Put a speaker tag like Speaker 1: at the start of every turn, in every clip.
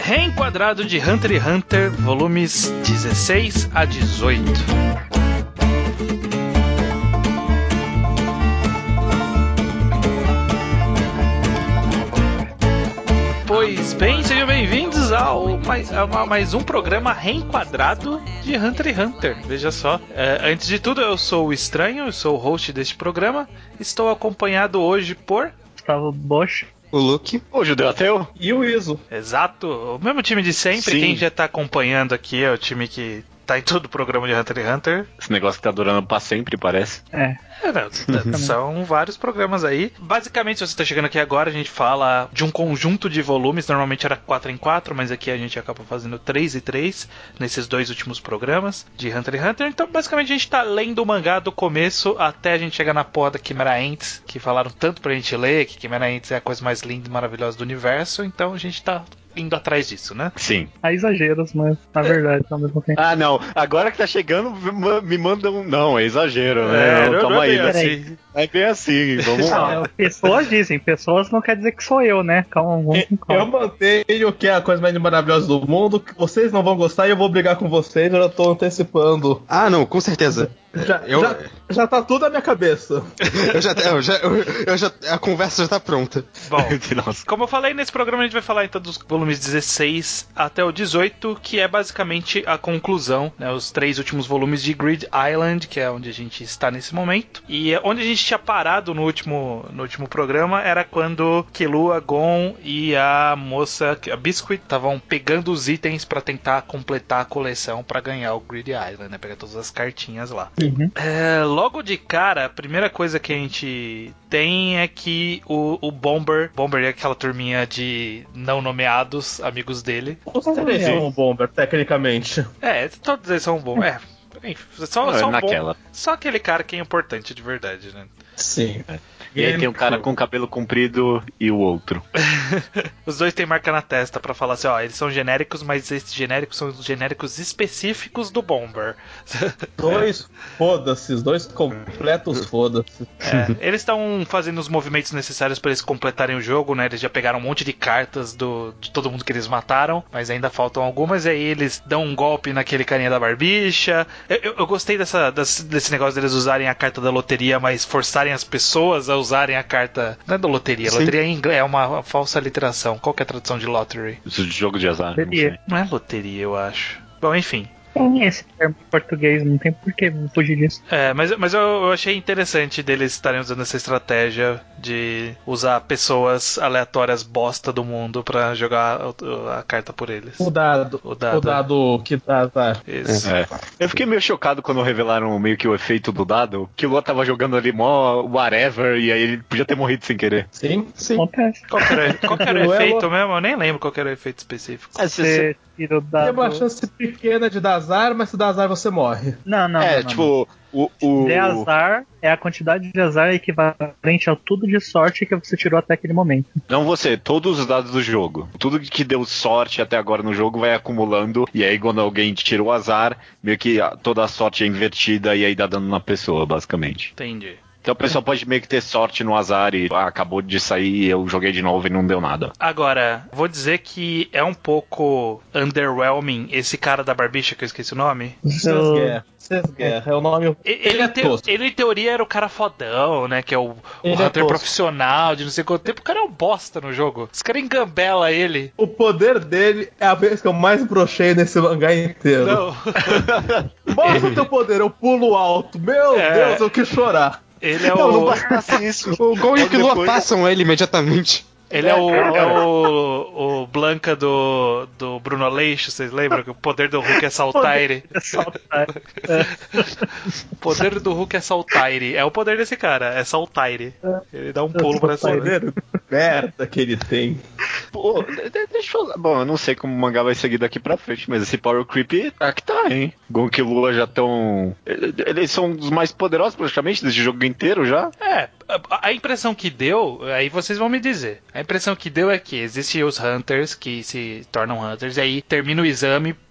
Speaker 1: Reenquadrado de Hunter x Hunter, volumes 16 a 18. Pois bem, sejam bem-vindos a mais um programa reenquadrado de Hunter x Hunter. Veja só, antes de tudo, eu sou o Estranho, eu sou o host deste programa. Estou acompanhado hoje por...
Speaker 2: Gustavo Bosch,
Speaker 3: o Luke,
Speaker 4: o Judeu Ateu
Speaker 5: e o Iso.
Speaker 1: Exato, o mesmo time de sempre.
Speaker 4: Sim.
Speaker 1: Quem já tá acompanhando aqui é o time que tá em todo o programa de Hunter x Hunter.
Speaker 4: Esse negócio que tá durando pra sempre, parece.
Speaker 1: Não, são vários programas aí. Basicamente, se você tá chegando aqui agora, a gente fala de um conjunto de volumes. Normalmente era 4 em 4, mas aqui a gente acaba fazendo 3 e 3 nesses dois últimos programas de Hunter x Hunter. Então, basicamente, a gente tá lendo o mangá do começo até a gente chegar na porra da Chimera Ants, que falaram tanto pra gente ler, que Chimera Ants é a coisa mais linda e maravilhosa do universo. Então, a gente tá indo atrás disso, né?
Speaker 4: Sim.
Speaker 2: Há exageros, mas na verdade, ao mesmo tempo.
Speaker 4: Ah, não. Agora que tá chegando, me mandam... Não, é exagero, né? Calma aí.
Speaker 1: Assim.
Speaker 4: É bem assim, vamos lá.
Speaker 2: Pessoas dizem, pessoas não quer dizer que sou eu, né? Calma, vamos com calma.
Speaker 5: Eu mantenho que é a coisa mais maravilhosa do mundo, que vocês não vão gostar e eu vou brigar com vocês, eu já tô antecipando.
Speaker 3: Ah, não, com certeza.
Speaker 5: Já tá tudo na minha cabeça.
Speaker 3: A conversa já tá pronta.
Speaker 1: Bom, como eu falei, nesse programa a gente vai falar então dos volumes 16 até o 18, que é basicamente a conclusão, né, os 3 últimos volumes de Grid Island, que é onde a gente está nesse momento. E onde a gente tinha parado no último programa era quando Killua, Gon e a moça, a Biscuit, estavam pegando os itens pra tentar completar a coleção pra ganhar o Grid Island, né, pegar todas as cartinhas lá.
Speaker 2: Uhum.
Speaker 1: Logo de cara, a primeira coisa que a gente tem é que o Bomber é aquela turminha de não nomeados, amigos dele.
Speaker 5: Os três são um Bomber, tecnicamente.
Speaker 1: Todos eles são Bomber. Só aquele cara que é importante de verdade, né?
Speaker 5: Sim.
Speaker 4: E aí tem um cara com cabelo comprido e o outro.
Speaker 1: Os dois têm marca na testa pra falar assim, ó, eles são genéricos, mas esses genéricos são os genéricos específicos do Bomber.
Speaker 5: Os dois completos foda-se.
Speaker 1: Eles estão fazendo os movimentos necessários pra eles completarem o jogo, né? Eles já pegaram um monte de cartas de todo mundo que eles mataram, mas ainda faltam algumas, e aí eles dão um golpe naquele carinha da barbicha. Eu gostei desse negócio deles usarem a carta da loteria, mas forçarem as pessoas a usarem a carta. Não é da loteria,
Speaker 3: Sim.
Speaker 1: Loteria em inglês é uma falsa literação. Qual que é a tradução de lottery?
Speaker 4: Isso de jogo de azar.
Speaker 1: Não é loteria, eu acho. Bom, enfim.
Speaker 2: Tem esse termo em português, não tem por que fugir disso.
Speaker 1: Mas eu achei interessante deles estarem usando essa estratégia de usar pessoas aleatórias bosta do mundo pra jogar a carta por eles.
Speaker 5: O dado que dá azar.
Speaker 1: Isso.
Speaker 4: Eu fiquei meio chocado quando revelaram meio que o efeito do dado, que o Lua tava jogando ali mó whatever, e aí ele podia ter morrido sem querer.
Speaker 5: Sim.
Speaker 2: Acontece.
Speaker 1: Qual que era o efeito mesmo? Eu nem lembro qual que era o efeito específico.
Speaker 2: Você tira o dado.
Speaker 5: Tem uma chance pequena de dar azar, mas se dá azar você morre.
Speaker 2: Não.
Speaker 4: O
Speaker 2: De azar é a quantidade de azar equivalente ao tudo de sorte que você tirou até aquele momento.
Speaker 4: Não você, todos os dados do jogo. Tudo que deu sorte até agora no jogo vai acumulando, e aí quando alguém tira o azar, meio que toda a sorte é invertida e aí dá dano na pessoa, basicamente.
Speaker 1: Entendi.
Speaker 4: Então o pessoal pode meio que ter sorte no azar e acabou de sair, eu joguei de novo e não deu nada.
Speaker 1: Agora, vou dizer que é um pouco underwhelming esse cara da barbicha, que eu esqueci o nome.
Speaker 5: Sesguerra é o nome.
Speaker 1: Ele em teoria era o cara fodão, né? Que é o Hunter profissional de não sei quanto tempo. O cara é um bosta no jogo. Os caras engambela ele.
Speaker 5: O poder dele é a vez que eu mais brochei nesse mangá inteiro.
Speaker 1: Não.
Speaker 5: Mostra o teu poder, eu pulo alto. Meu Deus, eu quis chorar.
Speaker 1: Ele é
Speaker 4: não bastasse isso.
Speaker 3: O Gon e o Killua passam ele imediatamente.
Speaker 1: Ele é o Blanca do Bruno Aleixo, vocês lembram? Que o poder do Hulk é saltar ele. O poder do Hulk é saltar ele. É o poder desse cara, é saltar ele. Ele dá um pulo pra cima.
Speaker 5: O poder merda que ele tem.
Speaker 4: Pô, deixa eu... Bom, eu não sei como o mangá vai seguir daqui pra frente, mas esse Power Creep aqui tá, hein? Gon e Killua já estão... Eles são os mais poderosos praticamente desse jogo inteiro já.
Speaker 1: A impressão que deu, aí vocês vão me dizer. A impressão que deu é que existem os Hunters que se tornam Hunters, e aí termina o exame,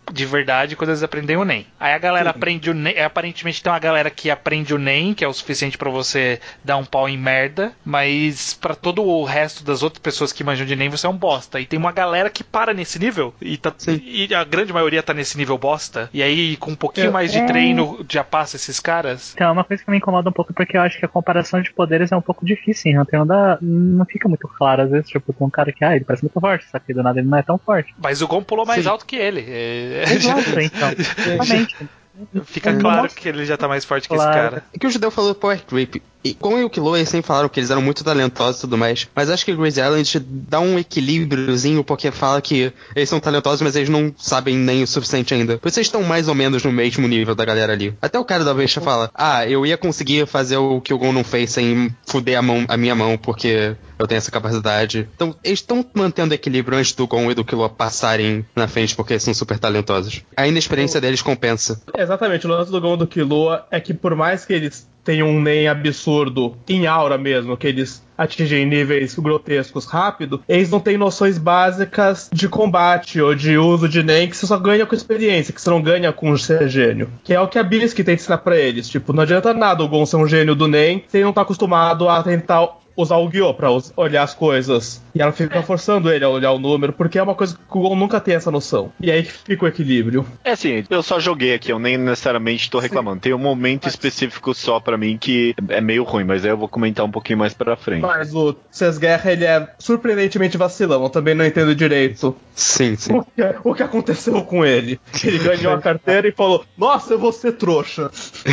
Speaker 1: de verdade quando eles aprendem o NEM. Aí a galera aprende o NEM, aparentemente tem uma galera que aprende o NEM, que é o suficiente pra você dar um pau em merda, mas pra todo o resto das outras pessoas que manjam de NEM você é um bosta. E tem uma galera que para nesse nível, e a grande maioria tá nesse nível bosta, e aí com um pouquinho mais de treino já passa esses caras.
Speaker 2: Então, é uma coisa que me incomoda um pouco, porque eu acho que a comparação de poderes é um pouco difícil em Hunter. Não fica muito claro, às vezes, tipo, tem um cara que, ele parece muito forte, só que do nada ele não é tão forte.
Speaker 1: Mas o Gon pulou mais alto que ele.
Speaker 2: Exato, então. Exatamente.
Speaker 1: Fica claro que ele já tá mais forte que esse cara.
Speaker 3: É que o Judeu falou Power Creep. E com o Killua eles sempre falaram que eles eram muito talentosos e tudo mais. Mas acho que o Grace Island dá um equilíbriozinho, porque fala que eles são talentosos, mas eles não sabem nem o suficiente ainda. Por isso eles estão mais ou menos no mesmo nível da galera ali. Até o cara da Besta fala: eu ia conseguir fazer o que o Gon não fez sem fuder a minha mão, porque eu tenho essa capacidade. Então eles estão mantendo equilíbrio antes do Gon e do Killua passarem na frente, porque eles são super talentosos. A inexperiência deles compensa.
Speaker 5: Exatamente, o lance do Gon e do Killua é que por mais que eles tenham um NEM absurdo, em aura mesmo, que eles atingem níveis grotescos rápido, eles não têm noções básicas de combate ou de uso de NEM que você só ganha com experiência, que você não ganha com ser gênio. Que é o que a Bisque tenta ensinar pra eles. Tipo, não adianta nada o Gon ser um gênio do NEM se ele não tá acostumado a tentar usar o Gyo pra olhar as coisas. E ela fica forçando ele a olhar o número, porque é uma coisa que o Gon nunca tem essa noção. E aí que fica o equilíbrio.
Speaker 4: É assim, eu só joguei aqui, eu nem necessariamente tô reclamando. Tem um momento específico só pra mim que é meio ruim, mas aí eu vou comentar um pouquinho mais pra frente.
Speaker 5: Mas o Sesguerra, ele é surpreendentemente vacilão, eu também não entendo direito.
Speaker 3: Sim.
Speaker 5: O que aconteceu com ele. Ele ganhou a carteira e falou: nossa, eu vou ser trouxa.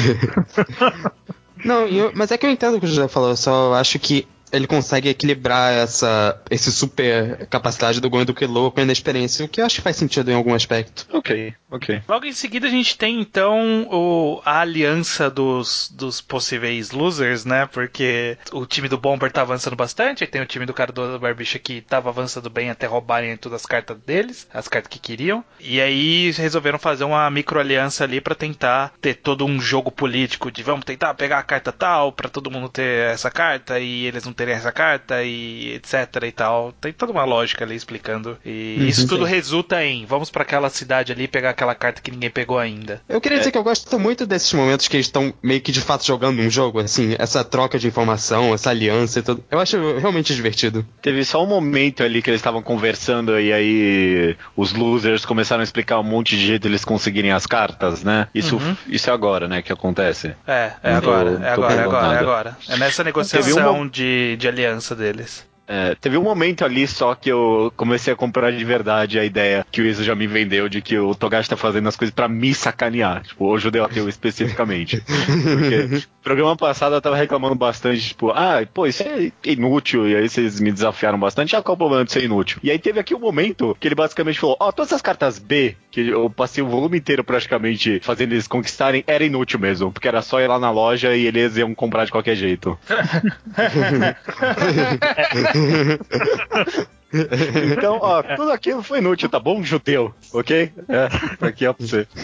Speaker 3: Não, mas é que eu entendo o que o José falou, eu só acho que ele consegue equilibrar esse super capacidade do Gon e do Killua com a inexperiência, o que eu acho que faz sentido em algum aspecto.
Speaker 4: Ok.
Speaker 1: Logo em seguida a gente tem então a aliança dos possíveis losers, né? Porque o time do Bomber tá avançando bastante, aí tem o time do cara do Barbicha que tava avançando bem até roubarem todas as cartas deles, as cartas que queriam. E aí resolveram fazer uma micro-aliança ali pra tentar ter todo um jogo político de vamos tentar pegar a carta tal pra todo mundo ter essa carta e eles não terem essa carta e etc e tal. Tem toda uma lógica ali explicando. E isso tudo resulta em vamos pra aquela cidade ali pegar aquela carta que ninguém pegou ainda.
Speaker 3: Eu queria dizer que eu gosto muito desses momentos que eles estão meio que de fato jogando um jogo, assim, essa troca de informação, essa aliança e tudo. Eu acho realmente divertido.
Speaker 4: Teve só um momento ali que eles estavam conversando e aí os losers começaram a explicar um monte de jeito de eles conseguirem as cartas, né? Isso é agora, né, que acontece.
Speaker 1: É agora. É nessa negociação de aliança deles.
Speaker 4: Teve um momento ali só que eu comecei a comprar de verdade a ideia que o Iso já me vendeu de que o Togashi tá fazendo as coisas pra me sacanear. Tipo, o Judeu Ateu especificamente. Porque no programa passado eu tava reclamando bastante, tipo, isso é inútil, e aí vocês me desafiaram bastante, qual o problema de ser inútil? E aí teve aqui um momento que ele basicamente falou, todas as cartas B, que eu passei o volume inteiro praticamente fazendo eles conquistarem, era inútil mesmo, porque era só ir lá na loja e eles iam comprar de qualquer jeito. Então, tudo aquilo foi inútil, tá bom, Judeu? Ok? Aqui é pra você.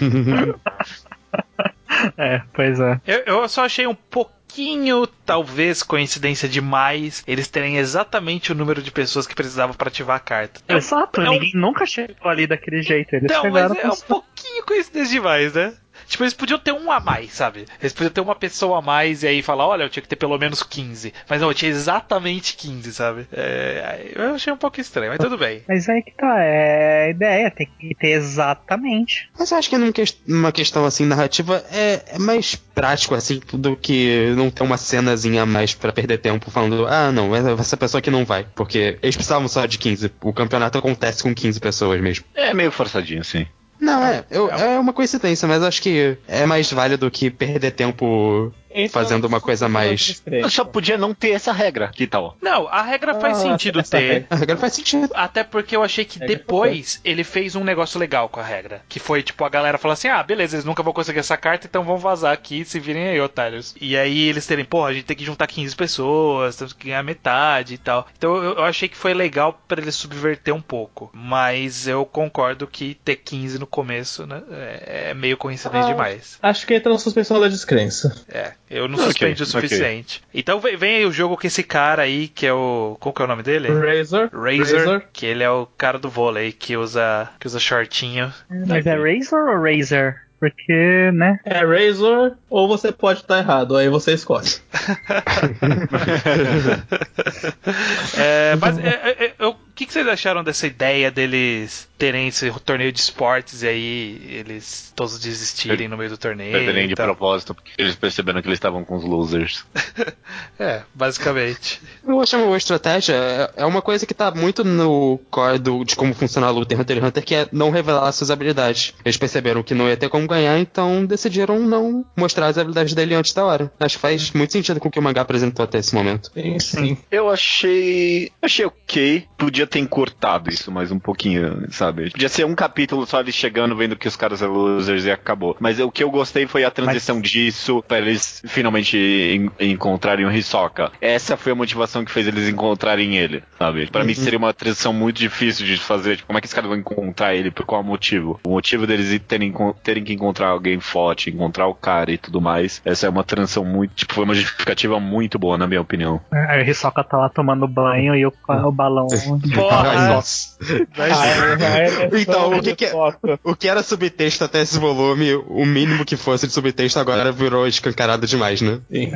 Speaker 2: Pois é.
Speaker 1: Eu só achei um pouquinho, talvez, coincidência demais eles terem exatamente o número de pessoas que precisavam pra ativar a carta.
Speaker 2: Exato, ninguém nunca chegou ali daquele jeito. Eles chegaram
Speaker 1: mas um pouquinho coincidência demais, né? Tipo, eles podiam ter um a mais, sabe? Eles podiam ter uma pessoa a mais e aí falar, olha, eu tinha que ter pelo menos 15. Mas não, eu tinha exatamente 15, sabe? Eu achei um pouco estranho, mas tudo bem.
Speaker 2: Mas aí que tá, a ideia, tem que ter exatamente.
Speaker 3: Mas eu acho que numa questão assim, narrativa, é mais prático, assim, do que não ter uma cenazinha a mais pra perder tempo falando, não, essa pessoa aqui não vai. Porque eles precisavam só de 15. O campeonato acontece com 15 pessoas mesmo.
Speaker 4: É meio forçadinho, assim.
Speaker 3: Não, é uma coincidência, mas acho que é mais válido que perder tempo fazendo uma coisa mais...
Speaker 4: Eu só podia não ter essa regra, que tal?
Speaker 1: Não, a regra faz sentido ter.
Speaker 3: A regra faz sentido.
Speaker 1: Até porque eu achei que depois ele fez um negócio legal com a regra. Que foi, tipo, a galera falou assim, beleza, eles nunca vão conseguir essa carta, então vão vazar aqui, se virem aí, otários. E aí eles terem, a gente tem que juntar 15 pessoas, temos que ganhar metade e tal. Então eu achei que foi legal pra ele subverter um pouco. Mas eu concordo que ter 15 no começo, né, é meio coincidente demais.
Speaker 5: Acho que entra na suspensão da descrença.
Speaker 1: Eu não suspendi o suficiente. Então vem aí o jogo com esse cara aí, que é o... Qual que é o nome dele? Razor. Que ele é o cara do vôlei, que usa shortinho.
Speaker 2: Mas é Razor ou Razor? Porque, né?
Speaker 5: É Razor ou você pode estar errado, aí você escolhe.
Speaker 1: O que vocês acharam dessa ideia deles terem esse torneio de esportes e aí eles todos desistirem no meio do torneio?
Speaker 4: Perderem de propósito, porque eles perceberam que eles estavam com os losers.
Speaker 1: Basicamente.
Speaker 3: Eu acho uma boa estratégia. É uma coisa que tá muito no core de como funciona a luta em Hunter x Hunter, que é não revelar suas habilidades. Eles perceberam que não ia ter como ganhar, então decidiram não mostrar as habilidades dele antes da hora. Acho que faz muito sentido com o que o mangá apresentou até esse momento.
Speaker 5: Sim.
Speaker 4: Eu achei ok. Podia ter encurtado isso mais um pouquinho, sabe? Podia ser um capítulo só eles chegando, vendo que os caras são losers e acabou. Mas o que eu gostei foi a transição disso pra eles finalmente encontrarem o Hisoka. Essa foi a motivação que fez eles encontrarem ele, sabe? Pra mim seria uma transição muito difícil de fazer. Tipo, como é que os caras vão encontrar ele? Por qual motivo? O motivo deles terem que encontrar alguém forte, encontrar o cara e tudo mais. Essa é uma transição muito... Tipo, foi uma justificativa muito boa, na minha opinião.
Speaker 2: Aí o Hisoka tá lá tomando banho e o balão...
Speaker 1: Porra!
Speaker 3: Então, o que era subtexto até esse volume, o mínimo que fosse de subtexto agora virou escancarado demais, né?
Speaker 5: Sim.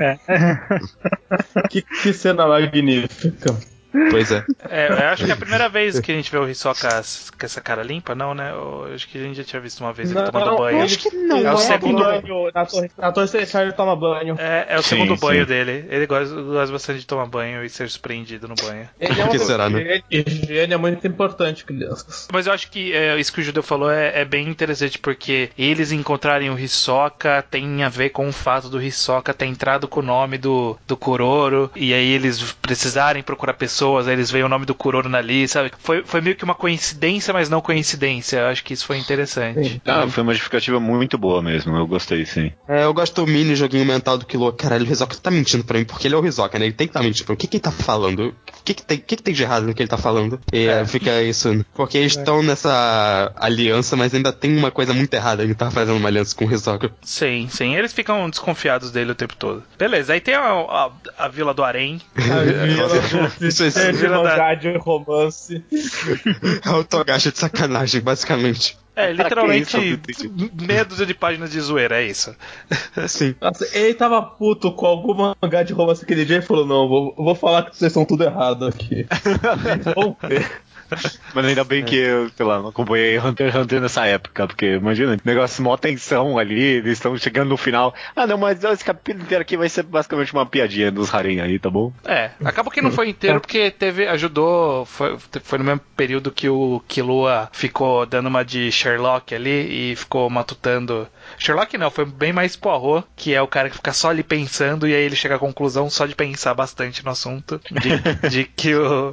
Speaker 5: Que cena magnífica.
Speaker 3: Pois é.
Speaker 1: Eu acho que é a primeira vez que a gente vê o Hisoka com essa cara limpa, não, né? Eu acho que a gente já tinha visto uma vez ele tomando banho.
Speaker 3: Eu acho que não.
Speaker 1: É o segundo
Speaker 5: banho. Na torre celestial ele toma banho.
Speaker 1: É o segundo banho dele. Ele gosta bastante de tomar banho e ser surpreendido no banho.
Speaker 3: Por que será, né?
Speaker 5: Higiene é muito importante, crianças.
Speaker 1: Mas eu acho que isso que o Judeu falou é bem interessante, porque eles encontrarem o Hisoka tem a ver com o fato do Hisoka ter entrado com o nome do Kuroro, e aí eles precisarem procurar pessoas, aí eles veem o nome do Kuroro na lista, sabe? Foi meio que uma coincidência, mas não coincidência. Eu acho que isso foi interessante.
Speaker 4: Foi uma justificativa muito boa mesmo, eu gostei, sim.
Speaker 3: Eu gosto do mini joguinho mental do Killua. Caralho, o Hisoka tá mentindo pra mim, porque ele é o Hisoka, né? Ele tem que estar mentindo pra mim. O que ele tá falando? O que tem de errado no que ele tá falando? E fica isso. Porque eles estão nessa aliança, mas ainda tem uma coisa muito errada. Ele tá fazendo uma aliança com o Hisoka.
Speaker 1: Sim. Eles ficam desconfiados dele o tempo todo. Beleza, aí tem a Vila do Harém.
Speaker 5: De mangá de romance.
Speaker 3: É o Togashi de sacanagem, basicamente.
Speaker 1: Literalmente meia dúzia de páginas de zoeira, é isso.
Speaker 3: Sim.
Speaker 5: Nossa, ele tava puto com algum mangá de romance aquele dia e falou: não, vou falar que vocês estão tudo errado aqui. Vamos ver.
Speaker 4: Mas ainda bem que eu, sei lá, não acompanhei Hunter x Hunter nessa época, porque imagina, negócio mó tensão ali, eles estão chegando no final. Não, mas esse capítulo inteiro aqui vai ser basicamente uma piadinha dos harém aí, tá bom?
Speaker 1: Acabou que não foi inteiro, porque ajudou, foi no mesmo período que o Killua ficou dando uma de Sherlock ali e ficou matutando. Sherlock não, foi bem mais Poirot, que é o cara que fica só ali pensando e aí ele chega à conclusão só de pensar bastante no assunto de que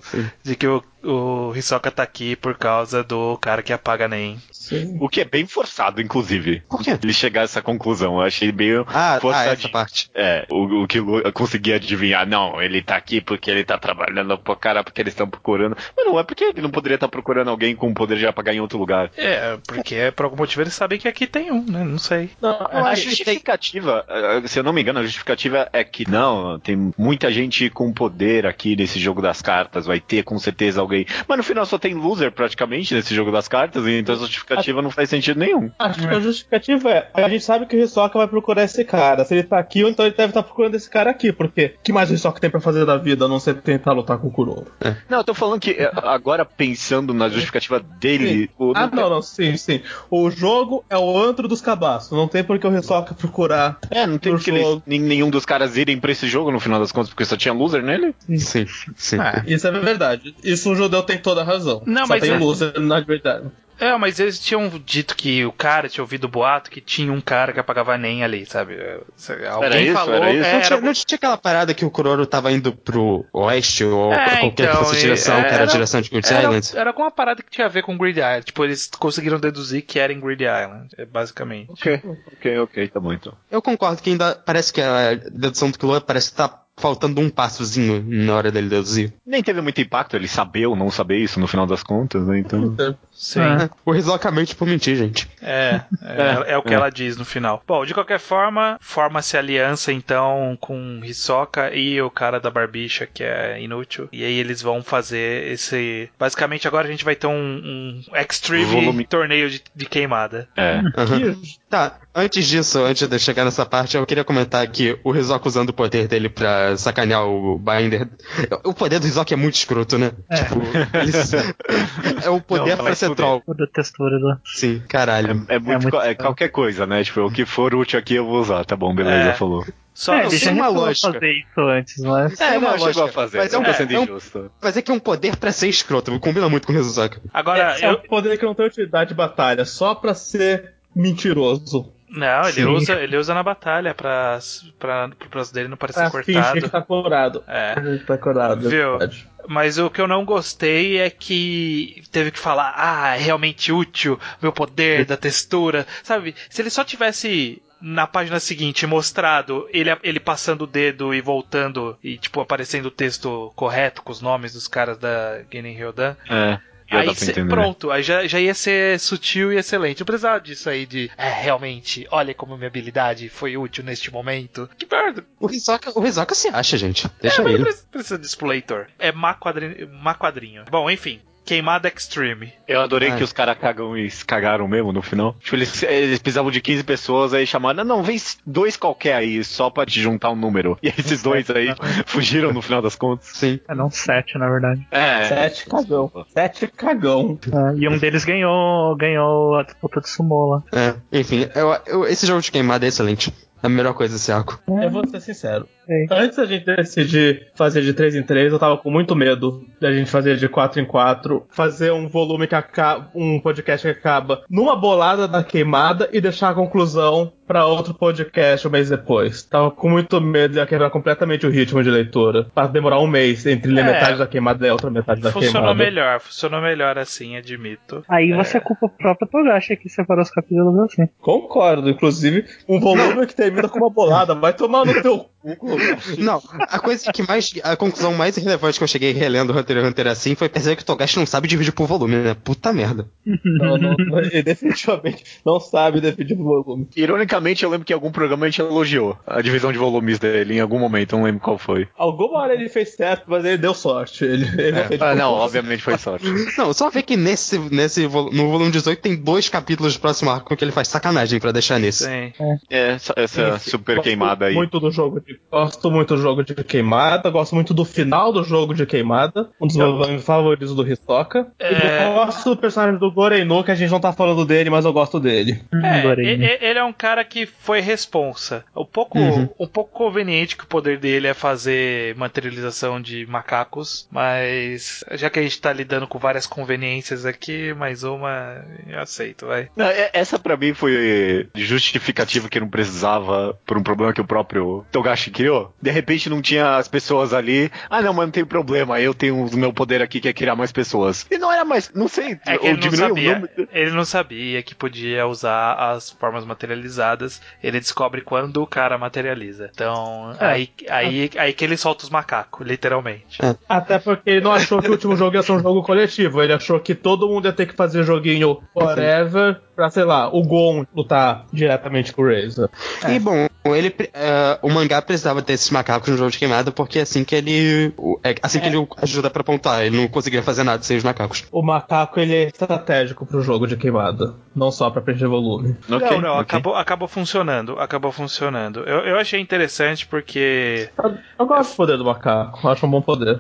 Speaker 1: o Hisoka tá aqui por causa do cara que apaga NEM.
Speaker 5: Sim.
Speaker 4: O que é bem forçado, inclusive.
Speaker 3: Por quê?
Speaker 4: Ele chegar a essa conclusão. Eu achei meio forçado.
Speaker 3: Essa parte.
Speaker 4: O que conseguia adivinhar. Não, ele tá aqui porque ele tá trabalhando pro cara, porque eles estão procurando. Mas não é porque ele não poderia estar procurando alguém com o poder de apagar em outro lugar.
Speaker 1: Porque por algum motivo eles sabem que aqui tem um, né? Não sei.
Speaker 5: Não,
Speaker 4: a justificativa, se eu não me engano, a justificativa é que não, tem muita gente com poder aqui nesse jogo das cartas, vai ter com certeza alguém. Mas no final só tem loser praticamente nesse jogo das cartas, então a justificativa não faz sentido nenhum.
Speaker 5: Acho que a justificativa a gente sabe que o Hisoka vai procurar esse cara. Se ele tá aqui, então ele deve estar procurando esse cara aqui, porque o que mais o Hisoka tem pra fazer da vida, a não ser tentar lutar com o Kuroro?
Speaker 4: Não, eu tô falando que agora pensando na justificativa dele...
Speaker 5: Sim. O jogo é o antro dos cabaços, não tem por que o Hisoka procurar.
Speaker 4: Não tem porque nenhum dos caras irem pra esse jogo no final das contas, porque só tinha loser nele?
Speaker 3: Sim.
Speaker 5: Isso é verdade. Isso o judeu tem toda a razão.
Speaker 1: Não,
Speaker 5: só
Speaker 1: mas
Speaker 5: tem loser na verdade.
Speaker 1: Mas eles tinham dito que o cara tinha ouvido o boato que tinha um cara que apagava NEM ali, sabe? Alguém falou.
Speaker 4: Era isso?
Speaker 3: Não tinha aquela parada que o Kuroro tava indo pro oeste ou pra qualquer que fosse direção, que era a direção de Grid Island?
Speaker 1: Era alguma parada que tinha a ver com Grid Island. Tipo, eles conseguiram deduzir que era em Grid Island, basicamente.
Speaker 4: Ok, tá bom então.
Speaker 3: Eu concordo que ainda parece que a dedução do Killua parece que tá faltando um passozinho na hora dele deduzir.
Speaker 4: Nem teve muito impacto ele saber ou não saber isso no final das contas, né? Então.
Speaker 1: Sim.
Speaker 3: O Hisoka mente por mentir, gente.
Speaker 1: É o que ela diz no final. Bom, de qualquer forma, forma-se aliança então com Hisoka e o cara da barbicha, que é inútil. E aí eles vão fazer esse... Basicamente agora a gente vai ter um Extreme torneio de queimada.
Speaker 3: Tá, antes disso, antes de chegar nessa parte, eu queria comentar que o Hisoka usando o poder dele pra sacanear o Binder. O poder do Hisoka é muito escroto, né? Tipo, é o poder pra ser troll.
Speaker 2: Da textura do...
Speaker 3: Sim, caralho.
Speaker 4: É qualquer coisa, né? Tipo, o que for útil aqui eu vou usar. Tá bom, beleza, falou.
Speaker 1: Só
Speaker 2: ele já
Speaker 3: uma
Speaker 2: chegou
Speaker 3: lógica.
Speaker 2: a fazer isso antes, mas...
Speaker 3: Não
Speaker 4: chegou a fazer.
Speaker 3: Mas é um
Speaker 4: injusto.
Speaker 3: Mas é que é um poder pra ser escroto. Combina muito com o Hisoka.
Speaker 1: Agora,
Speaker 5: É um poder que não tem utilidade de batalha, só pra ser mentiroso.
Speaker 1: Não, ele usa na batalha pra pro braço dele não parecer
Speaker 5: Fingir
Speaker 1: cortado.
Speaker 5: que tá curado.
Speaker 1: Tá
Speaker 5: curado.
Speaker 1: Viu? Mas o que eu não gostei é que teve que falar, é realmente útil, meu poder da textura. Sabe, se ele só tivesse na página seguinte mostrado ele passando o dedo e voltando e tipo aparecendo o texto correto com os nomes dos caras da Genin Ryodan. Aí pronto, aí já ia ser sutil e excelente. Eu precisava disso aí de realmente, olha como minha habilidade foi útil neste momento. Que merda.
Speaker 3: O Hisoka se acha, gente. Deixa ele.
Speaker 1: Não precisa disso pro leitor. É má quadrinho. Bom, enfim. Queimada Extreme.
Speaker 4: Eu adorei que os caras cagaram mesmo no final. Tipo, eles precisavam de 15 pessoas, aí chamaram, não, vem 2 qualquer aí, só pra te juntar um número. E aí esses 2 aí fugiram no final das contas.
Speaker 3: Sim.
Speaker 2: Não 7, na verdade.
Speaker 5: 7 cagão. 7 cagão.
Speaker 2: E um deles ganhou a disputa de sumo lá.
Speaker 3: Enfim, esse jogo de queimada é excelente. É a melhor coisa desse arco.
Speaker 5: Eu vou ser sincero. Antes da gente decidir fazer de 3 em 3, eu tava com muito medo da gente fazer de 4 em 4, fazer um volume que acaba, um podcast que acaba numa bolada da queimada e deixar a conclusão pra outro podcast um mês depois. Tava com muito medo de quebrar completamente o ritmo de leitura. Pra demorar um mês entre ler metade da queimada e a outra metade da queimada.
Speaker 1: Funcionou melhor assim, admito.
Speaker 2: Aí você culpa o próprio Togashi que separou os capítulos assim.
Speaker 5: Concordo, inclusive, um volume que termina com uma bolada, vai tomar no teu cu.
Speaker 3: Não, a conclusão mais relevante que eu cheguei relendo o Hunter x Hunter assim foi perceber que o Togashi não sabe dividir por volume, né? Puta merda.
Speaker 5: Não, ele definitivamente não sabe dividir por volume.
Speaker 4: Ironicamente, eu lembro que em algum programa a gente elogiou a divisão de volumes dele, em algum momento, não lembro qual foi.
Speaker 5: Alguma hora ele fez certo, mas ele deu sorte. Ele não fez
Speaker 4: obviamente foi sorte.
Speaker 3: Não, só ver que no volume 18 tem 2 capítulos do próximo arco que ele faz sacanagem pra deixar nesse.
Speaker 1: Sim.
Speaker 4: Essa super queimada aí.
Speaker 5: Gosto muito do jogo de queimada, gosto muito do final do jogo de queimada, um dos meus favoritos do Hisoka. Eu gosto do personagem do Goreinu, que a gente não tá falando dele, mas eu gosto dele.
Speaker 1: Ele é um cara que foi responsa. Um pouco conveniente que o poder dele é fazer materialização de macacos, mas já que a gente tá lidando com várias conveniências aqui, mais uma eu aceito, vai.
Speaker 4: Não, essa pra mim foi justificativa que não precisava por um problema que o próprio Togashi criou. De repente não tinha as pessoas ali. Não, mas não tem problema. Eu tenho o meu poder aqui que é criar mais pessoas. E não era mais, não sei.
Speaker 1: É que ele não sabia que podia usar as formas materializadas. Ele descobre quando o cara materializa. Então, aí que ele solta os macacos, literalmente.
Speaker 5: Até porque ele não achou que o último jogo ia ser um jogo coletivo. Ele achou que todo mundo ia ter que fazer joguinho forever pra, sei lá, o Gon lutar diretamente com o Razor.
Speaker 3: E bom, o mangá precisava ter esses macacos no jogo de queimada, porque é assim que ele ajuda pra pontuar. Ele não conseguia fazer nada sem os macacos.
Speaker 5: O macaco, ele é estratégico pro jogo de queimada, não só pra preencher volume.
Speaker 1: Acabou funcionando. Eu achei interessante porque...
Speaker 5: Eu gosto do poder do macaco, acho um bom poder.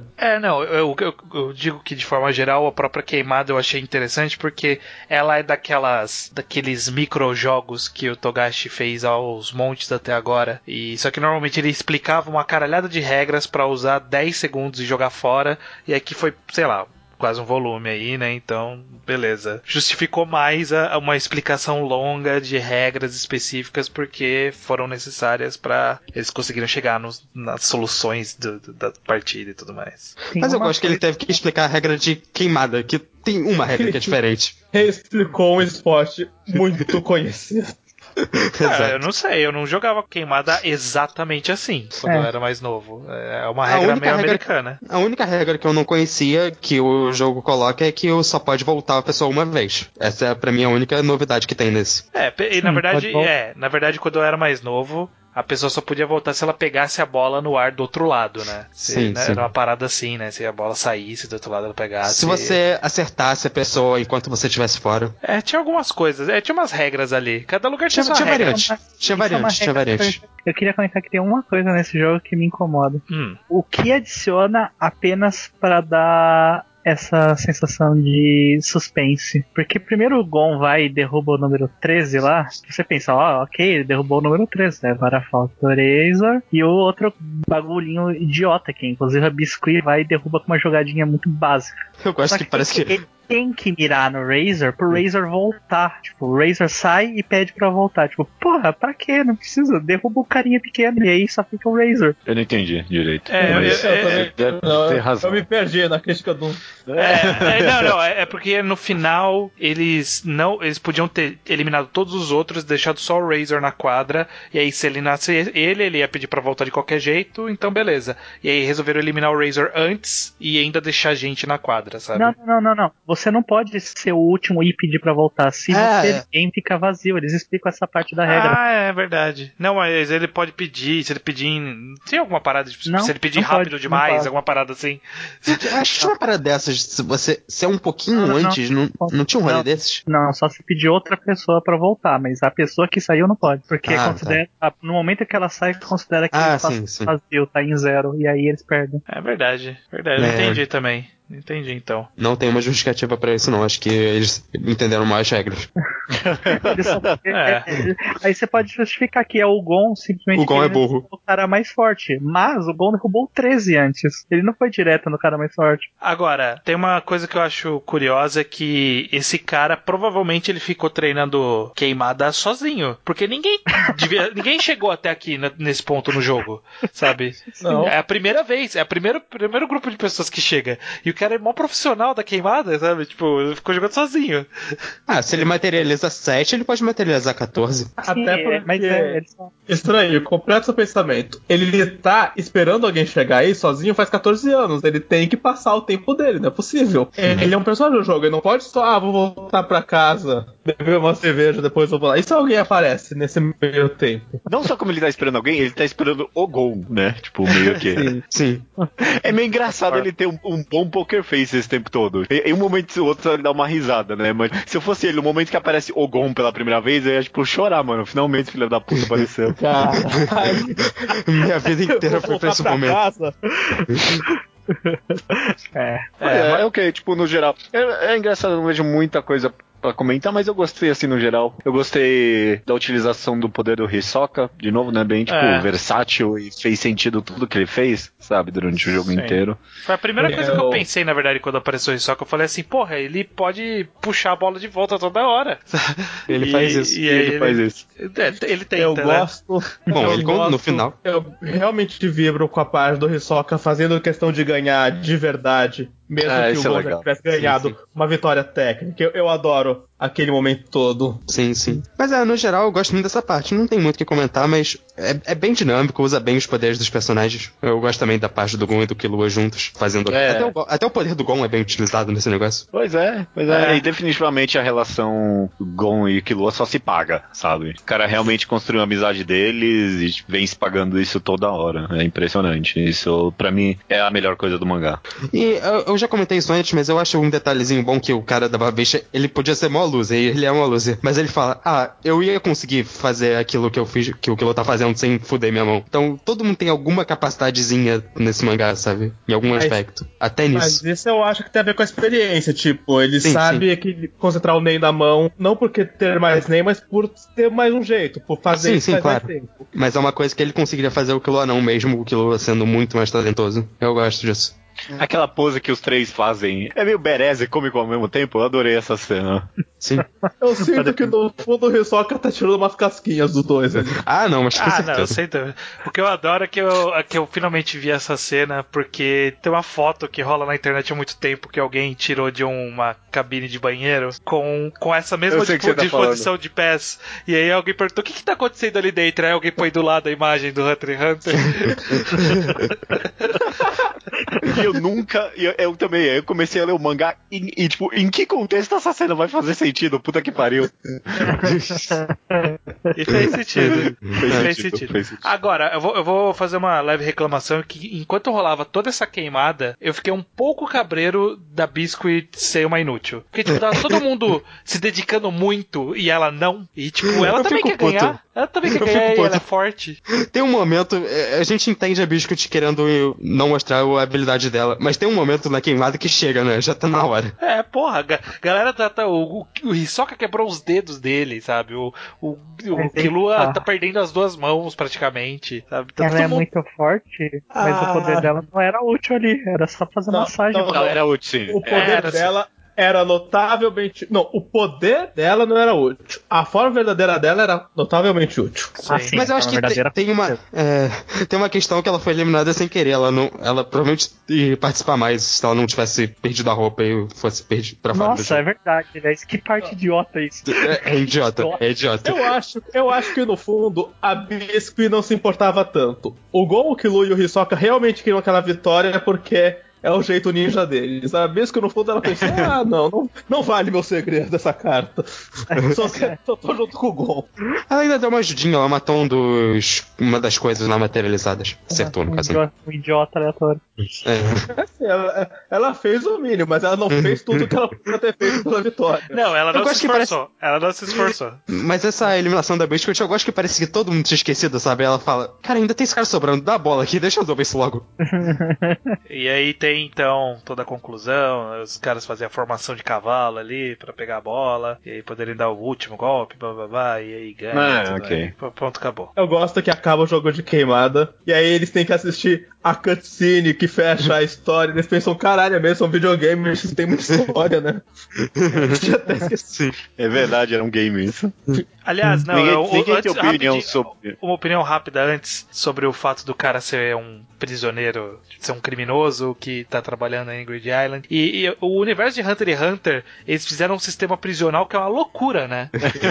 Speaker 1: Eu digo que de forma geral a própria queimada eu achei interessante porque ela é daqueles microjogos que o Togashi fez aos montes até agora. E só que normalmente ele explicava uma caralhada de regras pra usar 10 segundos e jogar fora. E aqui foi, sei lá, quase um volume aí, né? Então, beleza. Justificou mais uma explicação longa de regras específicas porque foram necessárias pra eles conseguirem chegar nas soluções da partida e tudo mais.
Speaker 3: Mas eu gosto que ele teve que explicar a regra de queimada, que tem uma regra que é diferente.
Speaker 5: Ele explicou um esporte muito conhecido.
Speaker 1: Eu não sei, eu não jogava queimada exatamente assim quando eu era mais novo. É uma regra meio americana.
Speaker 3: A única regra que eu não conhecia que o jogo coloca é que só pode voltar a pessoa uma vez. Essa é pra mim a única novidade que tem nesse.
Speaker 1: E na verdade, quando eu era mais novo, a pessoa só podia voltar se ela pegasse a bola no ar do outro lado, né?
Speaker 3: Sim.
Speaker 1: Era uma parada assim, né? Se a bola saísse do outro lado, ela pegasse.
Speaker 3: Se você acertasse a pessoa enquanto você estivesse fora.
Speaker 1: Tinha algumas coisas. Tinha umas regras ali. Cada lugar tinha uma regra.
Speaker 3: Tinha variante.
Speaker 2: Eu queria comentar que tem uma coisa nesse jogo que me incomoda. O que adiciona apenas para dar essa sensação de suspense. Porque primeiro o Gon vai e derruba o número 13 lá. Você pensa, ok, ele derrubou o número 13, né? Agora falta o Razor e o outro bagulhinho idiota que inclusive a Biscuit vai e derruba com uma jogadinha muito básica.
Speaker 3: Eu gosto que parece que...
Speaker 2: Tem que mirar no Razor pro Razor voltar. Tipo, o Razor sai e pede pra voltar. Tipo, porra, pra quê? Não precisa. Derruba o carinha pequeno e aí só fica o Razor.
Speaker 4: Eu não entendi direito.
Speaker 5: Eu me perdi na crítica do...
Speaker 1: É porque no final eles podiam ter eliminado todos os outros, deixado só o Razor na quadra, e aí se eliminasse ele ia pedir pra voltar de qualquer jeito, então beleza. E aí resolveram eliminar o Razor antes e ainda deixar a gente na quadra, sabe?
Speaker 2: Não. Você não pode ser o último e pedir pra voltar. Se você game fica vazio, eles explicam essa parte da regra.
Speaker 1: É verdade. Não, mas ele pode pedir, se ele pedir... Tem alguma parada, se ele pedir rápido demais, alguma parada assim.
Speaker 3: Acho que tinha uma parada dessas, se você é um pouquinho antes, não tinha um rolê desses?
Speaker 2: Não, só se pedir outra pessoa pra voltar, mas a pessoa que saiu não pode, porque no momento que ela sai, considera que o espaço vazio tá em 0, e aí eles perdem.
Speaker 1: É verdade, eu entendi também. Entendi, então.
Speaker 3: Não tem uma justificativa pra isso, não. Acho que eles entenderam mais regras.
Speaker 2: Aí você pode justificar que é o Gon simplesmente...
Speaker 3: O Gon é burro.
Speaker 2: O cara mais forte. Mas o Gon derrubou o 13 antes. Ele não foi direto no cara mais forte.
Speaker 1: Agora, tem uma coisa que eu acho curiosa, que esse cara, provavelmente ele ficou treinando queimada sozinho. Porque ninguém chegou até aqui nesse ponto no jogo, sabe?
Speaker 5: Não.
Speaker 1: É a primeira vez, é o primeiro grupo de pessoas que chega. E o cara é mó profissional da queimada, sabe? Tipo, ele ficou jogando sozinho.
Speaker 3: Se ele materializa 7, ele pode materializar 14.
Speaker 5: Até porque... Estranho, completa seu pensamento. Ele tá esperando alguém chegar aí sozinho faz 14 anos. Ele tem que passar o tempo dele, não é possível. Ele é um personagem do jogo, ele não pode só, vou voltar pra casa, beber uma cerveja, depois eu vou lá. E se alguém aparece nesse meio tempo?
Speaker 4: Não só como ele tá esperando alguém, ele tá esperando o Gon, né? Tipo, meio que...
Speaker 3: Sim.
Speaker 4: É meio engraçado ele ter um bom poker face esse tempo todo. Em um momento ou outro ele dá uma risada, né? Mas se eu fosse ele, no momento que aparece o Gon pela primeira vez, eu ia, tipo, chorar, mano. Finalmente, filho da puta, apareceu.
Speaker 3: Minha vida inteira foi pra esse momento.
Speaker 4: Ok, tipo, no geral. É engraçado, eu não vejo muita coisa pra comentar, mas eu gostei, assim, no geral. Eu gostei da utilização do poder do Hisoka, de novo, né? Bem, tipo, versátil, e fez sentido tudo que ele fez, sabe? Durante o jogo inteiro.
Speaker 1: Foi a primeira coisa que eu pensei, na verdade, quando apareceu o Hisoka. Eu falei assim, porra, ele pode puxar a bola de volta toda hora.
Speaker 3: Ele faz isso.
Speaker 4: Ele faz isso.
Speaker 1: Ele tenta,
Speaker 5: eu gosto.
Speaker 3: Bom, no final.
Speaker 5: Eu realmente vibro com a parte do Hisoka fazendo questão de ganhar de verdade. Mesmo que o Gon já tivesse ganhado uma vitória técnica. Eu adoro aquele momento todo.
Speaker 3: Sim. Mas no geral, eu gosto muito dessa parte. Não tem muito o que comentar, mas é bem dinâmico, usa bem os poderes dos personagens. Eu gosto também da parte do Gon e do Killua juntos, fazendo... Até o poder do Gon é bem utilizado nesse negócio.
Speaker 4: Pois é. E definitivamente a relação Gon e Killua só se paga, sabe? O cara realmente construiu a amizade deles e vem se pagando isso toda hora. É impressionante. Isso, pra mim, é a melhor coisa do mangá.
Speaker 3: E eu já comentei isso antes, mas eu acho um detalhezinho bom que o cara da Babicha, ele podia ser mó loser, e ele é uma loser. Mas ele fala, eu ia conseguir fazer aquilo que eu fiz, que o Killua tá fazendo sem fuder minha mão. Então, todo mundo tem alguma capacidadezinha nesse mangá, sabe? Em algum aspecto. Até nisso.
Speaker 5: Mas isso eu acho que tem a ver com a experiência, tipo, ele sabe que concentrar o Nen na mão, não porque ter mais Nen, mas por ter mais um jeito, por fazer isso faz mais tempo.
Speaker 3: Mas é uma coisa que ele conseguiria fazer o Killua não, mesmo o Killua sendo muito mais talentoso. Eu gosto disso.
Speaker 4: Aquela pose que os três fazem é meio badass e cômico ao mesmo tempo. Eu adorei essa cena.
Speaker 3: Sim.
Speaker 5: Eu sinto que no fundo o Hisoka tá tirando umas casquinhas dos dois ali.
Speaker 3: Ah, não, mas com certeza.
Speaker 1: Não, eu sei também. O que eu adoro é que eu finalmente vi essa cena, porque tem uma foto que rola na internet há muito tempo que alguém tirou de uma cabine de banheiro com essa mesma disposição de pés. E aí alguém perguntou: o que tá acontecendo ali dentro? Aí alguém põe do lado a imagem do Hunter x Hunter.
Speaker 4: E eu nunca. Eu também. Eu comecei a ler o mangá e, tipo, em que contexto essa cena vai fazer sentido? Puta que pariu.
Speaker 1: E fez sentido. Fez sentido. Agora, eu vou fazer uma leve reclamação que enquanto rolava toda essa queimada, eu fiquei um pouco cabreiro da Biscuit ser uma inútil. Porque, tipo, tava todo mundo se dedicando muito e ela não. E, tipo, ela também quer ganhar. Ela também quer ganhar e ela é forte.
Speaker 3: Tem um momento, a gente entende a Biscuit querendo não mostrar a habilidade dela, mas tem um momento na queimada que chega, né? Já tá na hora.
Speaker 1: Porra, galera o Hisoka quebrou os dedos dele, sabe? O Killua tá perdendo as duas mãos praticamente, sabe? Então,
Speaker 2: ela é muito forte, mas o poder dela não era útil ali, era só fazer massagem.
Speaker 4: Não, era útil, sim.
Speaker 5: O poder dela era notavelmente... Não, o poder dela não era útil. A forma verdadeira dela era notavelmente útil.
Speaker 2: Sim,
Speaker 3: mas eu acho que tem uma questão que ela foi eliminada sem querer. Ela provavelmente ia participar mais se ela não tivesse perdido a roupa e fosse perdido pra fora.
Speaker 2: Nossa, é verdade, né? Que parte idiota é isso.
Speaker 3: É idiota.
Speaker 5: Eu acho que no fundo a Biscuit não se importava tanto. O Gon, o Killua e o Hisoka realmente queriam aquela vitória porque é o jeito ninja deles. A Biscuit no fundo ela pensou: não vale meu segredo dessa carta. Só tô junto com o Gon.
Speaker 3: Ela ainda deu uma ajudinha, ela matou uma das coisas lá materializadas. Acertou, no caso.
Speaker 2: Um idiota aleatório.
Speaker 5: Ela fez o mínimo, mas ela não fez tudo que ela podia ter feito pela vitória.
Speaker 1: Não, ela não se esforçou. Ela não se esforçou.
Speaker 3: Mas essa eliminação da Biscuit, eu gosto que parece que todo mundo tinha esquecido, sabe? Ela fala: cara, ainda tem esse cara sobrando, dá a bola aqui, deixa eu resolver isso logo.
Speaker 1: E aí tem então toda a conclusão, os caras faziam a formação de cavalo ali pra pegar a bola, e aí poderem dar o último golpe, blá blá blá, e aí ganha.
Speaker 4: Ok.
Speaker 1: Pronto, acabou.
Speaker 5: Eu gosto que acaba o jogo de queimada, e aí eles têm que assistir a cutscene que fecha a história, eles pensam: caralho, é mesmo um videogame, isso tem muita história, né? Eu até esqueci.
Speaker 4: É verdade, era um game isso.
Speaker 1: Aliás, não,
Speaker 4: ninguém tem opinião sobre...
Speaker 1: Uma opinião rápida antes sobre o fato do cara ser um prisioneiro, ser um criminoso que tá trabalhando em Grid Island. E o universo de Hunter x Hunter, eles fizeram um sistema prisional que é uma loucura, né?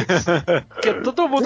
Speaker 1: Que todo mundo...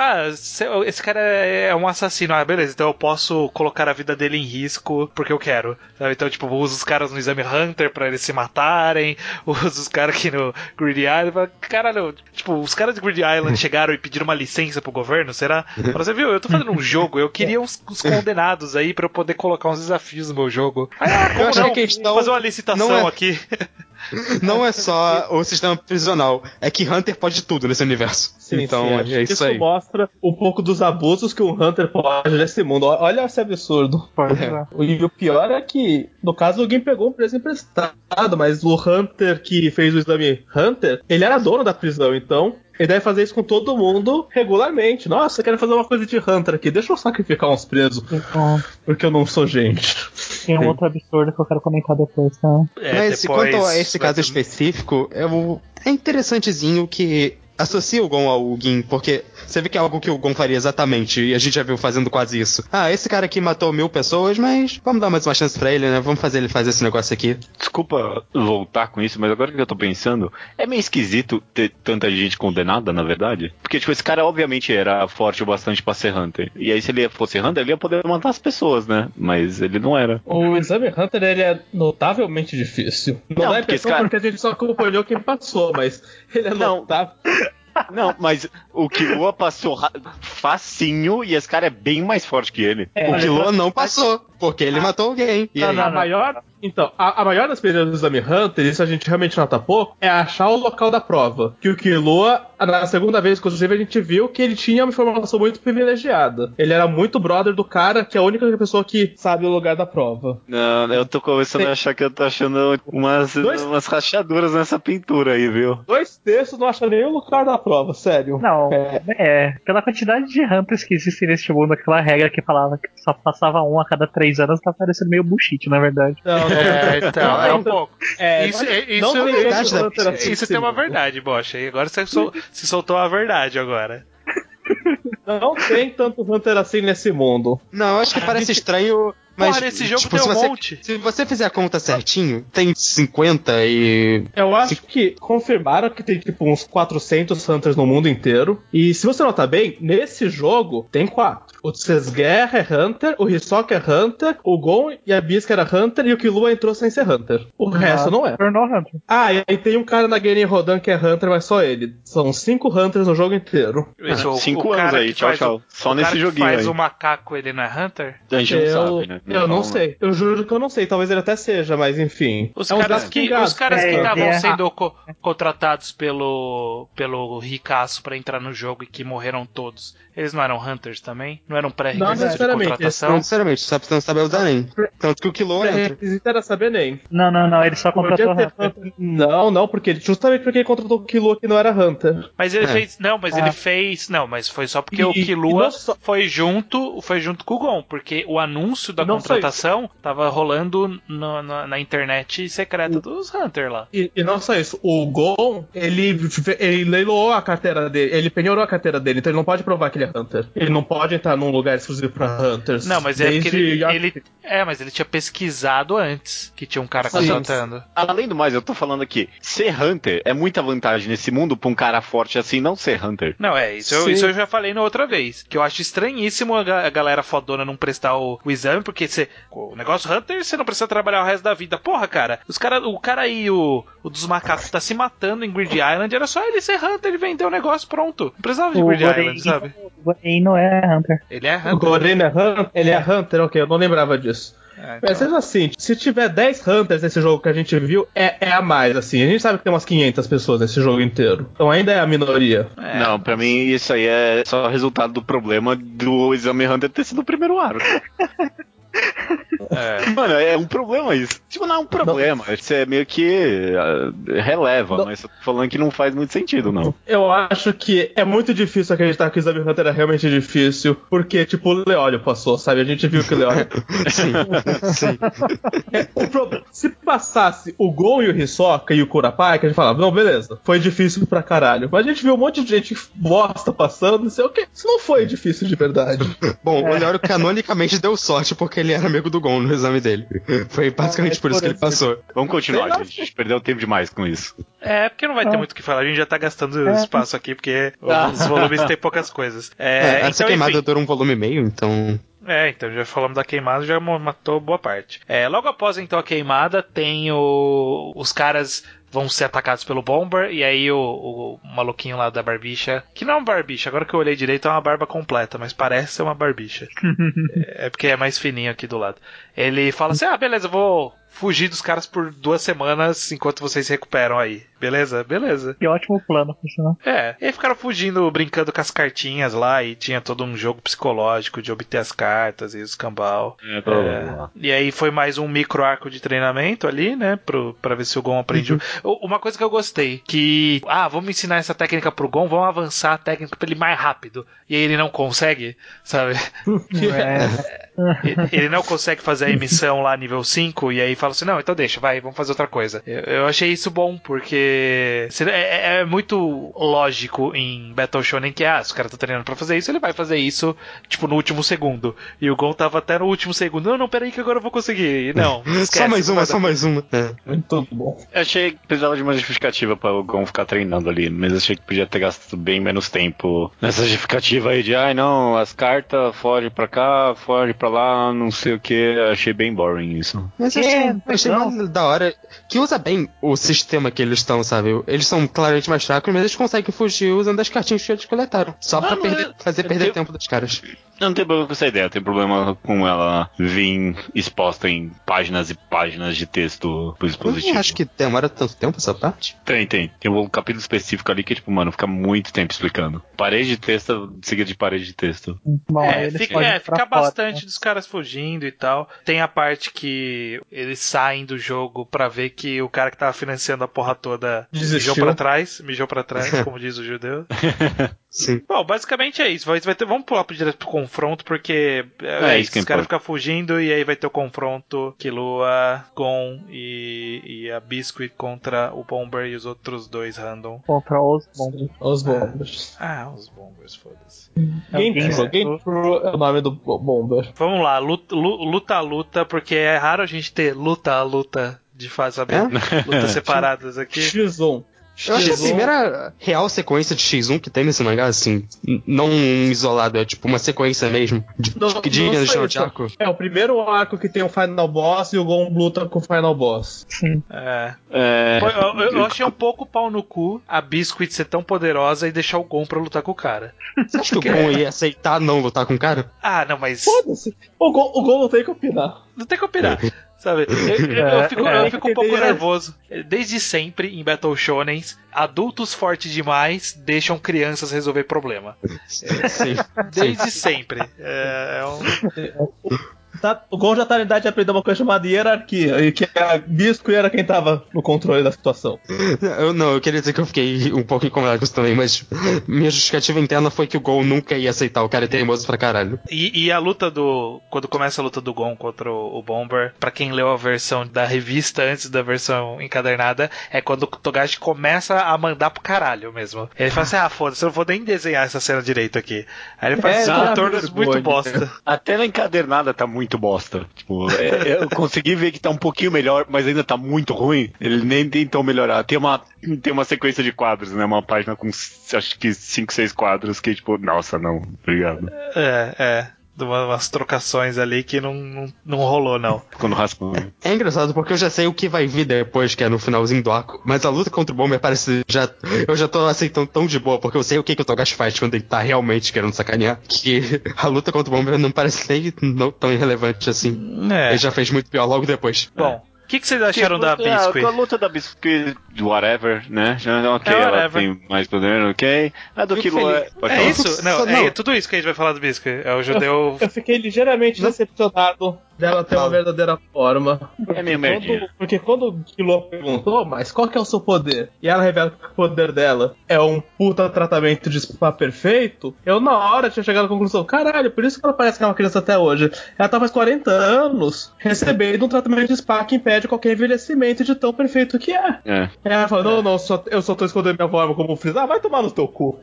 Speaker 1: esse cara é um assassino. Ah, beleza, então eu posso colocar a vida dele em risco porque eu quero. Sabe? Então, tipo, uso os caras no exame Hunter pra eles se matarem, uso os caras aqui no Grid Island. Caralho, tipo, os caras de Grid Island chegaram e pediram uma licença pro governo, será? Você viu, eu tô fazendo um jogo, eu queria os condenados aí pra eu poder colocar uns desafios no meu jogo.
Speaker 3: Eu achei que a questão
Speaker 1: fazer uma licitação aqui.
Speaker 3: Não é só o sistema prisional, é que Hunter pode tudo nesse universo.
Speaker 5: Sim,
Speaker 3: então é isso aí.
Speaker 5: Isso mostra um pouco dos abusos que um Hunter pode nesse mundo. Olha esse absurdo. E o pior é que, no caso, alguém pegou um preso emprestado, mas o Hunter que fez o exame Hunter, ele era dono da prisão, então ele deve fazer isso com todo mundo regularmente. Nossa, eu quero fazer uma coisa de Hunter aqui, deixa eu sacrificar uns presos, porque eu não sou gente.
Speaker 2: Tem um outro absurdo que eu quero comentar depois, tá?
Speaker 3: Mas quanto a esse caso específico, é interessantezinho que associa o Gon ao Gin, porque você vê que é algo que o Gon faria exatamente, e a gente já viu fazendo quase isso. Esse cara aqui matou 1000 pessoas, mas vamos dar mais uma chance pra ele, né? Vamos fazer ele fazer esse negócio aqui.
Speaker 4: Desculpa voltar com isso, mas agora que eu tô pensando, é meio esquisito ter tanta gente condenada, na verdade. Porque, tipo, esse cara obviamente era forte o bastante pra ser Hunter. E aí, se ele fosse Hunter, ele ia poder matar as pessoas, né? Mas ele não era.
Speaker 5: O exame Hunter, ele é notavelmente difícil. Não dá impressão porque a gente só acompanhou quem passou, mas ele é notável.
Speaker 4: Não, mas o Killua passou facinho e esse cara é bem mais forte que ele.
Speaker 3: O Killua não passou, porque ele matou alguém. E
Speaker 5: a maior das perdas do exame Hunter, isso a gente realmente nota pouco, é achar o local da prova. Que o Killua, na segunda vez, inclusive, a gente viu que ele tinha uma informação muito privilegiada. Ele era muito brother do cara, que é a única pessoa que sabe o lugar da prova.
Speaker 4: Não, eu tô começando a achar que eu tô achando umas rachaduras nessa pintura aí, viu?
Speaker 5: 2 terços não acham nem o lugar da prova, sério.
Speaker 2: Não, pela quantidade de Hunters que existem neste mundo, aquela regra que falava que só passava um a cada 3 3 anos tá parecendo meio bullshit, na verdade.
Speaker 5: Não,
Speaker 1: Então, é um pouco. Isso tem uma
Speaker 5: mundo.
Speaker 1: verdade, Bocha. E agora você soltou a verdade agora.
Speaker 5: Não tem tanto Hunter assim nesse mundo.
Speaker 3: Não, acho que parece estranho. Mas,
Speaker 1: porra, nesse jogo tem um monte.
Speaker 3: Se você fizer a conta certinho, tem 50 e...
Speaker 5: Eu acho que confirmaram que tem tipo uns 400 Hunters no mundo inteiro. E se você notar bem, nesse jogo tem 4. O Tsesguer é Hunter, o Hisoka é Hunter, o Gon e a Bisca era Hunter e o Killua entrou sem ser Hunter. O resto não é.
Speaker 2: Tornou Hunter.
Speaker 5: Ah, e aí tem um cara na Garen Rodan que é Hunter, mas só ele. São 5 Hunters no jogo inteiro.
Speaker 1: Isso,
Speaker 4: 5 anos aí, tchau. Só nesse joguinho aí.
Speaker 1: Faz o macaco, ele não é Hunter?
Speaker 4: A gente não sabe, né?
Speaker 5: Eu não sei. Eu juro que eu não sei. Talvez ele até seja, mas enfim.
Speaker 1: Os caras que estavam sendo contratados pelo Ricaço pra entrar no jogo e que morreram todos, eles não eram Hunters também? Não eram pré-requisitos de contratação?
Speaker 3: Não necessariamente, só precisam saber usar nem. Tanto que o Killua entra.
Speaker 5: Pré-requisito era saber nem.
Speaker 2: Não, ele só contratou Hunter.
Speaker 5: Não, porque justamente porque ele contratou o Killua que não era Hunter.
Speaker 1: Mas ele fez... Não, mas ele fez... Não, mas foi só porque o Killua foi junto com o Gon, porque o anúncio da contratação tava rolando na internet secreta dos Hunter lá.
Speaker 5: E não só isso, o Gon, ele leiloou a carteira dele, ele penhorou a carteira dele, então ele não pode provar que ele é Hunter. Ele não pode entrar num lugar exclusivo pra Hunters.
Speaker 1: Não, mas é porque mas ele tinha pesquisado antes que tinha um cara contratando.
Speaker 4: Além do mais, eu tô falando aqui, ser Hunter é muita vantagem nesse mundo pra um cara forte assim não ser Hunter.
Speaker 1: Não, isso eu já falei na outra vez, que eu acho estranhíssimo a galera fodona não prestar o exame, porque o negócio Hunter você não precisa trabalhar o resto da vida. Porra, cara, o cara aí, o dos macacos, tá se matando em Grid Island, era só ele ser Hunter, ele vendeu o negócio, pronto. Não precisava de Grid Island, sabe?
Speaker 2: O Goren não é Hunter.
Speaker 1: Ele é Hunter.
Speaker 5: O Goren é Hunter? Ele é Hunter? Ok, eu não lembrava disso.
Speaker 1: Então.
Speaker 5: Mas seja assim, se tiver 10 Hunters nesse jogo que a gente viu, é a mais, assim. A gente sabe que tem umas 500 pessoas nesse jogo inteiro. Então ainda é a minoria.
Speaker 4: Não, pra mim isso aí é só resultado do problema do exame Hunter ter sido o primeiro aro. Mano, é um problema isso. Tipo, não é um problema. Isso é meio que releva, mas eu tô falando que não faz muito sentido, não.
Speaker 5: Eu acho que é muito difícil acreditar que o exame Hunter é realmente difícil, porque, tipo, o Leório passou, sabe? A gente viu que o Leório...
Speaker 3: Sim.
Speaker 5: Se passasse o Gon e o Hisoka e o Kurapai, que a gente falava, não, beleza, foi difícil pra caralho. Mas a gente viu um monte de gente bosta passando, não sei o que. Isso não foi difícil de verdade.
Speaker 3: Bom, o Leório canonicamente deu sorte porque ele era amigo do Gon no exame dele. Foi basicamente por isso que ele passou.
Speaker 4: Vamos continuar, gente. A gente perdeu tempo demais com isso.
Speaker 1: Porque não vai ter muito o que falar. A gente já tá gastando espaço aqui, porque os volumes têm poucas coisas.
Speaker 3: Essa
Speaker 1: então,
Speaker 3: queimada
Speaker 1: enfim,
Speaker 3: dura um volume e meio, então...
Speaker 1: então já falamos da queimada, já matou boa parte. Logo após então a queimada, tem os caras vão ser atacados pelo Bomber, e aí o maluquinho lá da barbicha, que não é uma barbicha, agora que eu olhei direito é uma barba completa, mas parece ser uma barbicha. É porque é mais fininho aqui do lado. Ele fala assim, beleza, eu vou fugir dos caras por 2 semanas enquanto vocês se recuperam aí. Beleza? Beleza.
Speaker 2: Que ótimo plano, por sinal.
Speaker 1: E aí ficaram fugindo, brincando com as cartinhas lá, e tinha todo um jogo psicológico de obter as cartas e os cambal. E aí foi mais um micro arco de treinamento ali, né, pra ver se o Gon aprende. Uma coisa que eu gostei, que, vamos ensinar essa técnica pro Gon, vamos avançar a técnica pra ele mais rápido. E aí ele não consegue, sabe? Ele não consegue fazer a emissão lá nível 5, e aí fala assim, não, então deixa, vamos fazer outra coisa. Eu achei isso bom, porque é muito lógico em Battle Shonen que, se o cara tá treinando pra fazer isso, ele vai fazer isso, tipo, no último segundo. E o Gon tava até no último segundo. Não, peraí que agora eu vou conseguir. E não, esquece,
Speaker 3: só mais uma.
Speaker 5: Muito bom.
Speaker 4: Eu achei que precisava de uma justificativa pra o Gon ficar treinando ali, mas achei que podia ter gastado bem menos tempo nessa justificativa aí de, não, as cartas, foge pra cá, foge pra lá, não sei o que. Achei bem boring isso.
Speaker 3: Mas achei mais da hora que usa bem o sistema que eles estão, sabe? Eles são claramente mais fracos, mas eles conseguem fugir usando as cartinhas que eles coletaram. Só pra fazer perder tempo dos caras.
Speaker 4: Eu não tenho problema com essa ideia, eu tenho problema com ela vir exposta em páginas e páginas de texto pro dispositivo.
Speaker 3: Eu acho que demora tanto tempo essa parte.
Speaker 4: Tem. Tem um capítulo específico ali que, tipo, mano, fica muito tempo explicando. Parede de texto, seguida de parede de texto.
Speaker 2: Bom,
Speaker 1: fica bastante dos caras fugindo e tal. Tem a parte que eles saem do jogo pra ver que o cara que tava financiando a porra toda mijou pra trás, como diz o judeu.
Speaker 3: Sim.
Speaker 1: Bom, basicamente é isso. Vamos pular direto pro confronto, porque os caras ficam fugindo e aí vai ter o confronto Killua, Gon e a Biscuit contra o Bomber e os outros dois random.
Speaker 2: Contra os Bombers.
Speaker 5: Os Bombers.
Speaker 1: Os Bombers, foda-se.
Speaker 5: Gentru é o nome do Bomber.
Speaker 1: Vamos lá, luta, porque é raro a gente ter luta de fazer, sabe? Lutas separadas aqui.
Speaker 5: X1.
Speaker 3: Eu acho que a primeira real sequência de X1 que tem nesse mangá, assim, não isolado, é tipo uma sequência mesmo de General de arco.
Speaker 5: É o primeiro arco que tem o Final Boss e o Gon luta com o Final Boss.
Speaker 2: Sim.
Speaker 1: Eu achei um pouco pau no cu a Biscuit ser tão poderosa e deixar o Gon pra lutar com o cara.
Speaker 3: Você acha que o Gon ia aceitar não lutar com o cara?
Speaker 1: Ah, não, mas...
Speaker 5: Foda-se. O Gon não tem que opinar.
Speaker 1: Não tem que opinar. Sabe? Eu fico um pouco nervoso. Desde sempre, em Battle Shonens, adultos fortes demais deixam crianças resolver problema.
Speaker 3: Sim.
Speaker 1: Desde sempre.
Speaker 5: O Gon já tá na idade de aprender uma coisa chamada hierarquia, e que a Biscuit era quem tava no controle da situação.
Speaker 3: Eu queria dizer que eu fiquei um pouco incomodado com isso também, mas minha justificativa interna foi que o Gon nunca ia aceitar, o cara é teimoso pra caralho.
Speaker 1: E a luta quando começa a luta do Gon contra o Bomber, pra quem leu a versão da revista antes da versão encadernada, é quando o Togashi começa a mandar pro caralho mesmo. Ele fala assim, foda-se, eu não vou nem desenhar essa cena direito aqui. Aí ele faz contornos muito bosta.
Speaker 4: Até na encadernada tá muito bosta. Tipo, eu consegui ver que tá um pouquinho melhor, mas ainda tá muito ruim. Ele nem tentou melhorar. Tem uma sequência de quadros, né? Uma página com, acho que 5, 6 quadros que, tipo, nossa, não, obrigado.
Speaker 1: Umas trocações ali que não rolou, não.
Speaker 4: Ficou no rascunho.
Speaker 3: É engraçado porque eu já sei o que vai vir depois, que é no finalzinho do arco, mas a luta contra o Bomber parece eu já tô aceitando tão de boa, porque eu sei o que o Togashi faz quando ele tá realmente querendo sacanear, que a luta contra o Bomber não parece nem tão irrelevante assim. Ele já fez muito pior logo depois.
Speaker 1: Bom, o que vocês acharam da Biscuit?
Speaker 4: A luta da Biscuit, whatever, né? Ela tem mais poder, ok. A do Killua
Speaker 1: é isso? Não, é tudo isso que a gente vai falar do Biscuit. É o judeu...
Speaker 5: Eu fiquei ligeiramente decepcionado dela ter uma verdadeira forma. Porque quando o Killua perguntou, mas qual que é o seu poder? E ela revela que o poder dela é um puta tratamento de spa perfeito, eu na hora tinha chegado à conclusão, caralho, por isso que ela parece que é uma criança até hoje. Ela tá faz 40 anos recebendo um tratamento de spa que impede qualquer envelhecimento de tão perfeito que é. Ela falou, não, eu só tô escondendo minha forma como Freeza. Vai tomar no teu cu.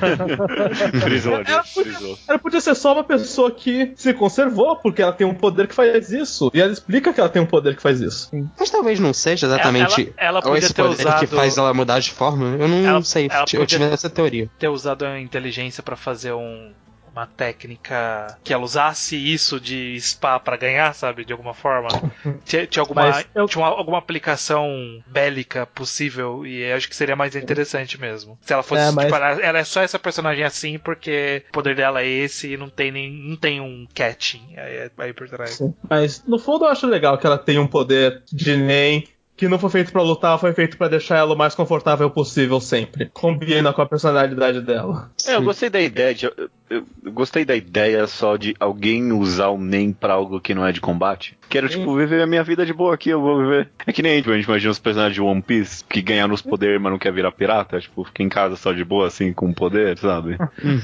Speaker 4: Frisou.
Speaker 5: Ela podia ser só uma pessoa que se conservou, porque ela tem um poder que faz isso. E ela explica que ela tem um poder que faz isso.
Speaker 3: Mas talvez não seja exatamente
Speaker 1: ela podia
Speaker 3: esse
Speaker 1: ter
Speaker 3: poder
Speaker 1: usado...
Speaker 3: que faz ela mudar de forma. Eu não sei. Eu tive essa teoria.
Speaker 1: Ter usado a inteligência pra fazer uma técnica que ela usasse isso de spa pra ganhar, sabe? De alguma forma. Tinha alguma aplicação bélica possível e acho que seria mais interessante mesmo. Se ela fosse, ela é só essa personagem assim porque o poder dela é esse e não tem um catching aí por trás.
Speaker 5: Sim. Mas no fundo eu acho legal que ela tenha um poder de Nen que não foi feito pra lutar, foi feito pra deixar ela o mais confortável possível sempre. Combina com a personalidade dela.
Speaker 4: Eu gostei da ideia eu gostei da ideia só de alguém usar o NEM pra algo que não é de combate. Quero, viver a minha vida de boa aqui, eu vou viver. É que nem a gente imagina os personagens de One Piece que ganharam os poderes, mas não quer virar pirata. Fica em casa só de boa, assim, com poder, sabe?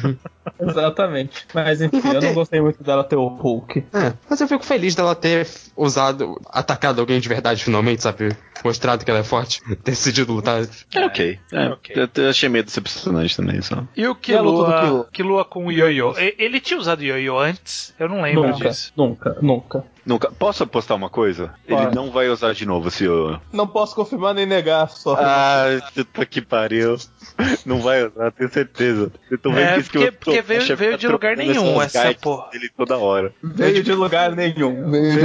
Speaker 5: Exatamente. Mas enfim, eu não gostei muito dela ter o Hulk.
Speaker 3: Mas eu fico feliz dela ter atacado alguém de verdade finalmente, sabe? Mostrado que ela é forte, decidido lutar.
Speaker 4: Ok. Eu achei meio decepcionante também, só.
Speaker 1: E o Killua com o Yoyo? Ele tinha usado Yoyo antes? Eu não lembro disso.
Speaker 5: Nunca.
Speaker 4: Posso apostar uma coisa? Pode. Ele não vai usar de novo esse Yoyo.
Speaker 5: Não posso confirmar nem negar, só.
Speaker 4: Puta que pariu. Não vai usar, tenho certeza. Eu tô vendo
Speaker 1: porque veio de lugar nenhum essa porra.
Speaker 4: Ele toda hora.
Speaker 5: Veio de lugar nenhum.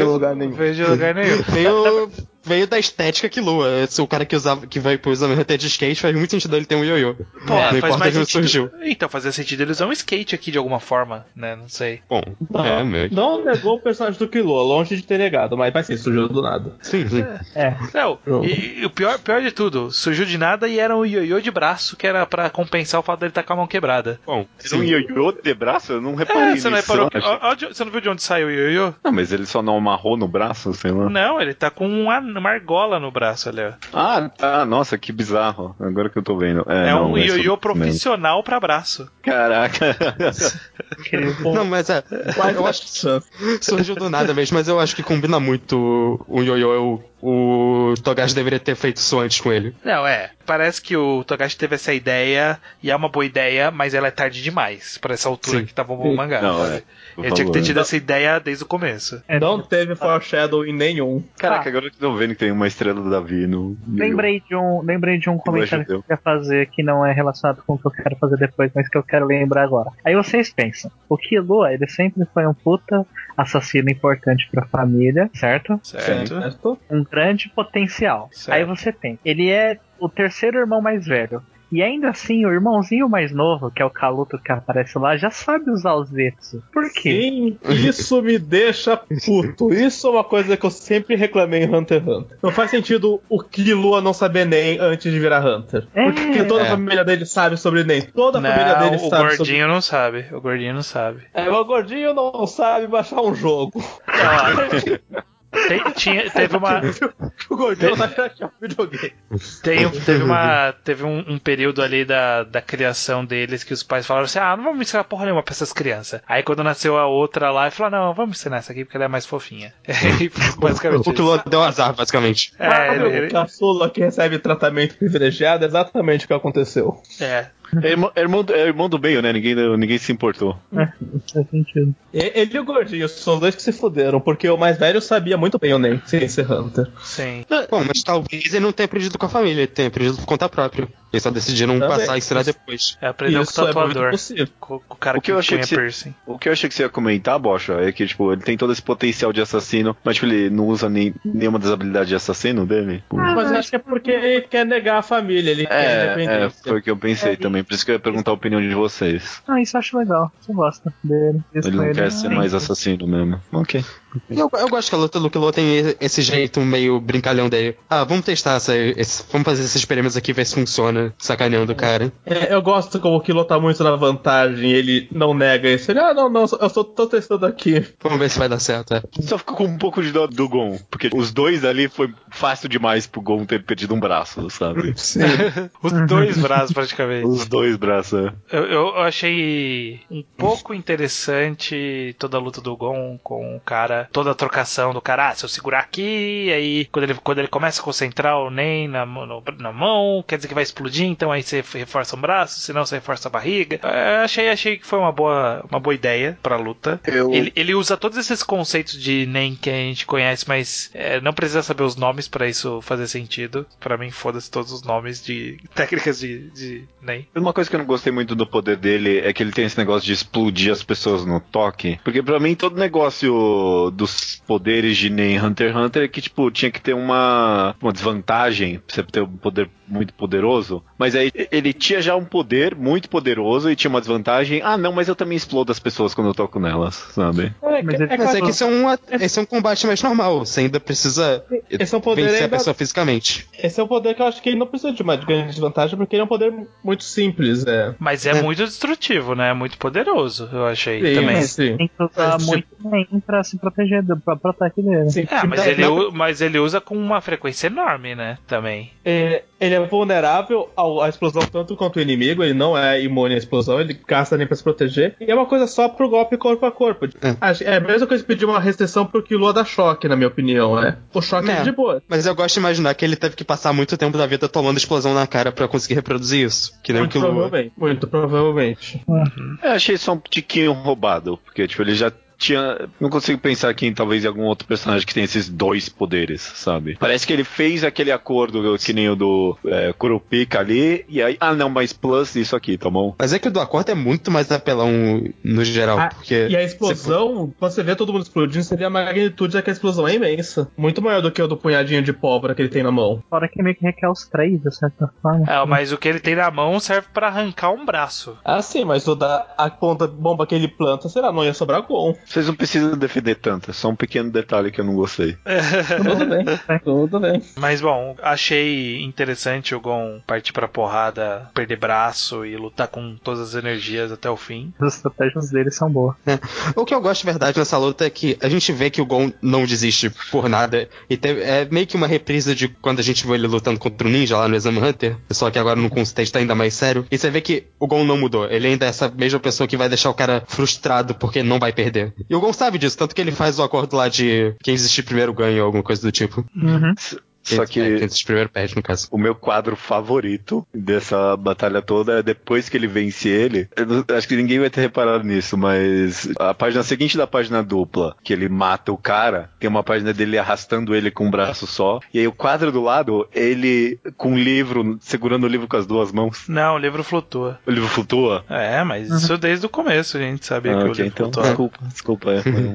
Speaker 3: Veio da estética Killua. O cara que vai pro exame de skate faz muito sentido ele ter um ioiô. Não importa de onde surgiu.
Speaker 1: Então fazia sentido ele usar um skate aqui de alguma forma, né? Não sei.
Speaker 3: Bom,
Speaker 5: não negou o personagem do Killua, longe de ter negado, mas vai ser, surgiu do nada.
Speaker 3: Sim.
Speaker 1: Não, e o pior de tudo, surgiu de nada e era um ioiô de braço que era pra compensar o fato dele estar com a mão quebrada.
Speaker 4: Bom, era um ioiô de braço? Eu não reparei nisso.
Speaker 1: Você não reparou? Você não viu de onde saiu o ioiô?
Speaker 4: Não, mas ele só não amarrou no braço, sei lá.
Speaker 1: Não, ele tá com uma argola no braço ali, ó.
Speaker 4: Nossa, que bizarro. Agora que eu tô vendo.
Speaker 1: Um ioiô profissional pra braço.
Speaker 4: Caraca.
Speaker 3: Não, mas eu acho que surgiu do nada mesmo, mas eu acho que combina muito o ioiô. O Togashi deveria ter feito isso antes com ele.
Speaker 1: Não, parece que o Togashi teve essa ideia, e é uma boa ideia, mas ela é tarde demais pra essa altura que tava o mangá.
Speaker 4: Não,
Speaker 1: ele tinha que ter tido essa ideia desde o começo.
Speaker 5: Não teve foreshadowing nenhum.
Speaker 4: Caraca, agora que eu tô vendo que tem uma estrela do Davi no...
Speaker 2: Lembrei de um comentário que eu queria fazer que não é relacionado com o que eu quero fazer depois, mas que eu quero lembrar agora. Aí vocês pensam, o Killua, ele sempre foi um puta assassino importante pra família, certo?
Speaker 1: Certo.
Speaker 2: Um grande potencial.
Speaker 1: Certo.
Speaker 2: Aí você tem, ele é o terceiro irmão mais velho. E ainda assim, o irmãozinho mais novo, que é o Kaluto que aparece lá, já sabe usar os Zetsu. Por quê?
Speaker 5: Sim, isso me deixa puto. Isso é uma coisa que eu sempre reclamei em Hunter x Hunter. Não faz sentido o Killua não saber Nen antes de virar Hunter. Porque toda a família dele sabe sobre Nen. Toda a família dele sabe sobre...
Speaker 1: O gordinho não sabe. O gordinho não sabe.
Speaker 5: O gordinho não sabe baixar um jogo.
Speaker 1: Teve uma.
Speaker 5: O gordinho tá achando videogame.
Speaker 1: Teve um período ali da criação deles que os pais falaram assim: não vamos ensinar porra nenhuma pra essas crianças. Aí quando nasceu a outra lá, ele falou: não, vamos ensinar essa aqui porque ela é mais fofinha. Basicamente.
Speaker 3: O Killua deu azar, basicamente.
Speaker 5: O caçula que recebe tratamento privilegiado é exatamente o que aconteceu.
Speaker 4: É irmão do meio, né? Ninguém se importou.
Speaker 2: Faz sentido.
Speaker 5: Ele e o gordinho são os dois que se fuderam, porque o mais velho sabia muito bem o Nen sem ser Hunter.
Speaker 1: Sim.
Speaker 3: Bom, mas talvez ele não tenha aprendido com a família, ele tenha aprendido por conta própria. Eles só decidiram passar a ensinar depois.
Speaker 1: Aprendeu com o tatuador.
Speaker 5: Com
Speaker 1: o cara que tinha piercing.
Speaker 4: O que eu achei que você ia comentar, Bocha, é que, tipo, ele tem todo esse potencial de assassino, mas, tipo, ele não usa nenhuma das habilidades de assassino dele.
Speaker 5: Mas eu acho que é porque ele quer negar a família, ele quer independência.
Speaker 4: Foi o que eu pensei também, por isso que eu ia perguntar a opinião de vocês.
Speaker 2: Isso eu acho legal. Você gosta dele.
Speaker 4: Ele não quer ser mais assassino mesmo. Ok.
Speaker 3: Eu gosto que a luta do Killua tem esse jeito meio brincalhão dele. Vamos testar vamos fazer esses experimentos aqui, ver se funciona, sacaneando o cara.
Speaker 5: Eu gosto como o Killua tá muito na vantagem, ele não nega isso. Ele, não, eu só tô testando aqui.
Speaker 3: Vamos ver se vai dar certo,
Speaker 4: Só fico com um pouco de dó do Gon, porque os dois ali foi fácil demais pro Gon ter perdido um braço, sabe?
Speaker 5: Sim.
Speaker 1: Os dois braços, praticamente.
Speaker 4: Os dois braços,
Speaker 1: Eu achei um pouco interessante toda a luta do Gon com o cara, toda a trocação do cara, se eu segurar aqui, aí quando ele começa a concentrar o Nen na mão, quer dizer que vai explodir, então aí você reforça um braço, senão você reforça a barriga. Achei que foi uma boa ideia pra luta. Ele usa todos esses conceitos de Nen que a gente conhece, mas não precisa saber os nomes pra isso fazer sentido. Pra mim, foda-se todos os nomes de técnicas de Nen.
Speaker 4: Uma coisa que eu não gostei muito do poder dele é que ele tem esse negócio de explodir as pessoas no toque, porque pra mim todo negócio dos poderes de Nen Hunter x Hunter é que, tipo, tinha que ter uma desvantagem pra você ter um poder muito poderoso, mas aí ele tinha já um poder muito poderoso e tinha uma desvantagem. Não, mas eu também explodo as pessoas quando eu toco nelas, sabe?
Speaker 3: Mas que esse é um combate mais normal, você ainda precisa vencer a pessoa fisicamente.
Speaker 5: Esse é um poder que eu acho que ele não precisa de uma grande desvantagem, porque ele é um poder muito simples,
Speaker 1: Mas é muito destrutivo, né? É muito poderoso, eu achei também.
Speaker 5: Sim.
Speaker 2: Tem que usar muito bem pra se proteger pra ataque dele.
Speaker 5: Sim,
Speaker 1: mas ele usa com uma frequência enorme, né? Também.
Speaker 5: Ele é vulnerável à explosão tanto quanto o inimigo, ele não é imune à explosão, ele gasta nem pra se proteger. E é uma coisa só pro golpe corpo a corpo. É a mesma coisa que pedir uma restrição pro Killua dar choque, na minha opinião, né? O choque é de boa.
Speaker 3: Mas eu gosto de imaginar que ele teve que passar muito tempo da vida tomando explosão na cara pra conseguir reproduzir isso. Que nem o Killua.
Speaker 5: Muito provavelmente.
Speaker 4: Eu achei só um tiquinho roubado, porque, tipo, ele já não consigo pensar aqui talvez em algum outro personagem que tem esses dois poderes, sabe? Parece que ele fez aquele acordo que nem o do Kurupika ali, e aí, não, mas plus isso aqui, tá bom?
Speaker 3: Mas é que o do acordo é muito mais apelão no geral, porque...
Speaker 5: E a explosão, quando você vê todo mundo explodindo, você vê a magnitude daquela explosão é imensa. Muito maior do que o do punhadinho de pólvora que ele tem na mão.
Speaker 2: Fora que meio que requer os três, de certa forma.
Speaker 1: Mas o que ele tem na mão serve pra arrancar um braço.
Speaker 5: Sim, mas a ponta bomba que ele planta, será, não ia sobrar Gon.
Speaker 4: Vocês não precisam defender tanto, é só um pequeno detalhe que eu não gostei.
Speaker 5: Tudo bem.
Speaker 1: Mas bom, achei interessante o Gon partir pra porrada, perder braço e lutar com todas as energias até o fim.
Speaker 2: As estratégias dele são boas.
Speaker 3: O que eu gosto de verdade nessa luta é que a gente vê que o Gon não desiste por nada. E é meio que uma reprisa de quando a gente viu ele lutando contra o Ninja lá no Exam Hunter. Só que agora no Constate tá ainda mais sério. E você vê que o Gon não mudou. Ele ainda é essa mesma pessoa que vai deixar o cara frustrado porque não vai perder. E o Gon sabe disso, tanto que ele faz o acordo lá de quem desistir primeiro ganha ou alguma coisa do tipo.
Speaker 4: Só que
Speaker 3: quem desistir primeiro perde, no caso.
Speaker 4: o meu quadro favorito dessa batalha toda é depois que ele vence ele. Acho que ninguém vai ter reparado nisso, mas a página seguinte da página dupla, que ele mata o cara, tem uma página dele arrastando ele com um braço só. E aí o quadro do lado, ele com um livro, segurando o livro com as duas mãos.
Speaker 1: Não, o livro flutua.
Speaker 4: O livro flutua?
Speaker 1: É, mas isso desde o começo a gente sabia que o livro
Speaker 4: então,
Speaker 1: flutuava.
Speaker 4: desculpa.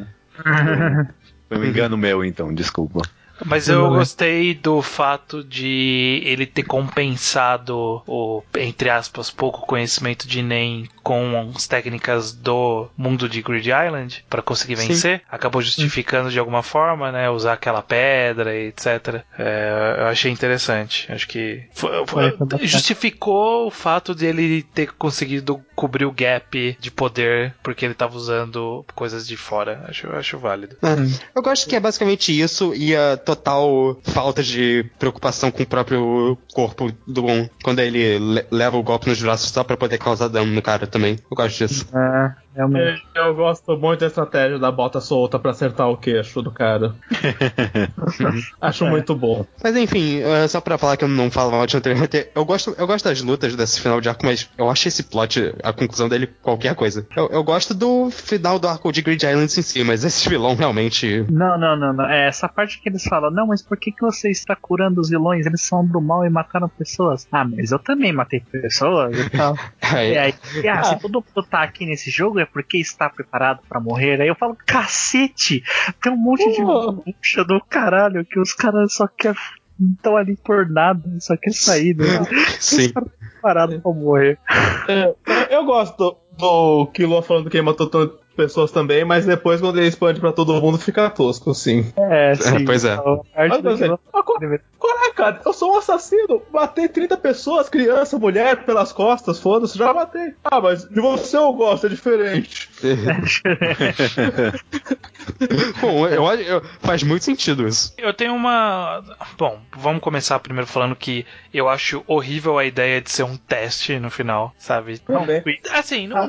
Speaker 4: Foi um engano meu, então, desculpa.
Speaker 1: Mas eu gostei do fato de ele ter compensado o, entre aspas, pouco conhecimento de Nen com as técnicas do mundo de Grid Island para conseguir vencer. Acabou justificando de alguma forma, né? Usar aquela pedra e etc. Eu achei interessante. Acho que justificou o fato de ele ter conseguido cobrir o gap de poder porque ele estava usando coisas de fora. Acho válido.
Speaker 3: Eu gosto que é basicamente isso e a total falta de preocupação com o próprio corpo do Gon quando ele leva o golpe nos braços só pra poder causar dano no cara também. Eu gosto disso.
Speaker 2: Realmente.
Speaker 5: Eu gosto muito da estratégia da bota solta pra acertar o queixo do cara. Acho muito bom.
Speaker 3: Mas enfim, só pra falar que eu não falo mal de Hunter x Hunter, eu gosto das lutas desse final de arco, mas eu acho esse plot, a conclusão dele, qualquer coisa. Eu gosto do final do arco de Grid Islands em si, mas esse vilão realmente...
Speaker 2: Não. É essa parte que eles falam, não, mas por que você está curando os vilões? Eles são do mal e mataram pessoas. Ah, mas eu também matei pessoas e tal. E aí, se todo mundo tá aqui nesse jogo é porque está preparado pra morrer. Aí eu falo, cacete! Tem um monte de bucha do caralho que os caras só querem. Estão ali por nada, só quer sair, né?
Speaker 3: Sim.
Speaker 2: Os caras estão parados pra morrer.
Speaker 5: Eu gosto do Killua falando que matou pessoas também, mas depois quando ele expande pra todo mundo fica tosco, sim.
Speaker 2: Sim.
Speaker 3: Pois é.
Speaker 5: Qual é, cara? Eu sou um assassino. Matei 30 pessoas, criança, mulher, pelas costas, foda-se, já matei. Ah, mas de você eu gosto, é diferente.
Speaker 3: Bom, faz muito sentido isso.
Speaker 1: Eu tenho uma... Bom, vamos começar primeiro falando que eu acho horrível a ideia de ser um teste no final, sabe? Assim, não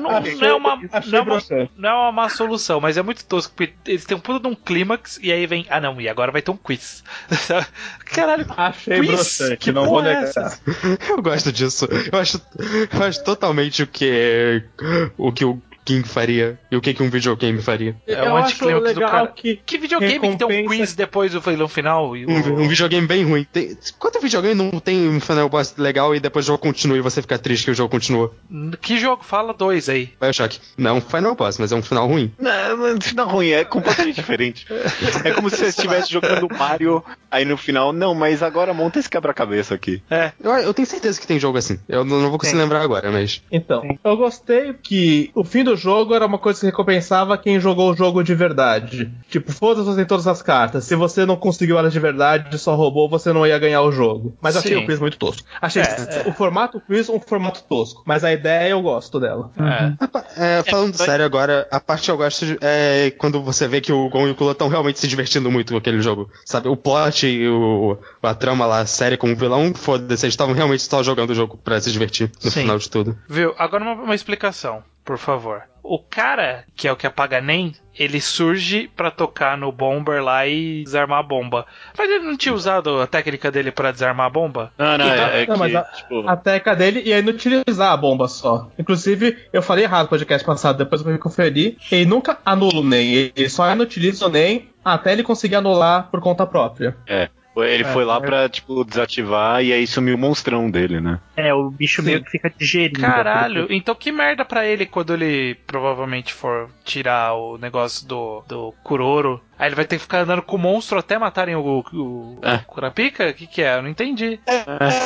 Speaker 1: é uma má solução, mas é muito tosco, porque eles têm um puta de um clímax e aí vem, e agora vai ter um quiz. Caralho,
Speaker 5: achei
Speaker 1: quiz?
Speaker 5: broxante,
Speaker 1: Que
Speaker 5: não vou negar.
Speaker 3: Eu gosto disso. Eu acho totalmente o que o King faria e o que um videogame faria.
Speaker 1: É um anticlímax do cara. Que videogame que tem um quiz depois do final?
Speaker 3: Um videogame bem ruim. Quanto videogame não tem um final boss legal e depois o jogo continua e você fica triste que o jogo continua?
Speaker 1: Que jogo? Fala 2 aí.
Speaker 3: BioShock. Não é um final boss, mas é um final ruim.
Speaker 4: Não, final ruim, é completamente diferente. É como se você estivesse jogando Mario, aí no final, não, mas agora monta esse quebra-cabeça aqui.
Speaker 3: Eu tenho certeza que tem jogo assim. Eu não vou conseguir lembrar agora, mas...
Speaker 5: Então, eu gostei que o fim do jogo era uma coisa que recompensava quem jogou o jogo de verdade. Tipo, foda-se, você tem todas as cartas. Se você não conseguiu elas de verdade, só roubou, você não ia ganhar o jogo. Mas achei o quiz muito tosco. Achei o formato quiz um formato tosco. Mas a ideia eu gosto dela.
Speaker 3: Falando sério agora, a parte que eu gosto é quando você vê que o Gon e o Killua estão realmente se divertindo muito com aquele jogo. Sabe, o plot e a trama lá, séria como vilão, foda-se, eles estavam realmente só jogando o jogo pra se divertir no final de tudo.
Speaker 1: Viu? Agora uma explicação, por favor. O cara, que é o que apaga Nen, ele surge pra tocar no Bomber lá e desarmar a bomba. Mas ele não tinha usado a técnica dele pra desarmar a bomba?
Speaker 5: Mas a técnica dele ia inutilizar a bomba só. Inclusive, eu falei errado no podcast passado, depois eu me conferi. Ele nunca anula o Nen, ele só inutiliza o Nen até ele conseguir anular por conta própria.
Speaker 4: Ele foi lá pra, desativar e aí sumiu o monstrão dele, né?
Speaker 2: O bicho meio que fica digerindo.
Speaker 1: Caralho, então que merda pra ele quando ele provavelmente for tirar o negócio do Kuroro. Aí ele vai ter que ficar andando com o monstro até matarem o Kurapika? O que é? Eu não entendi.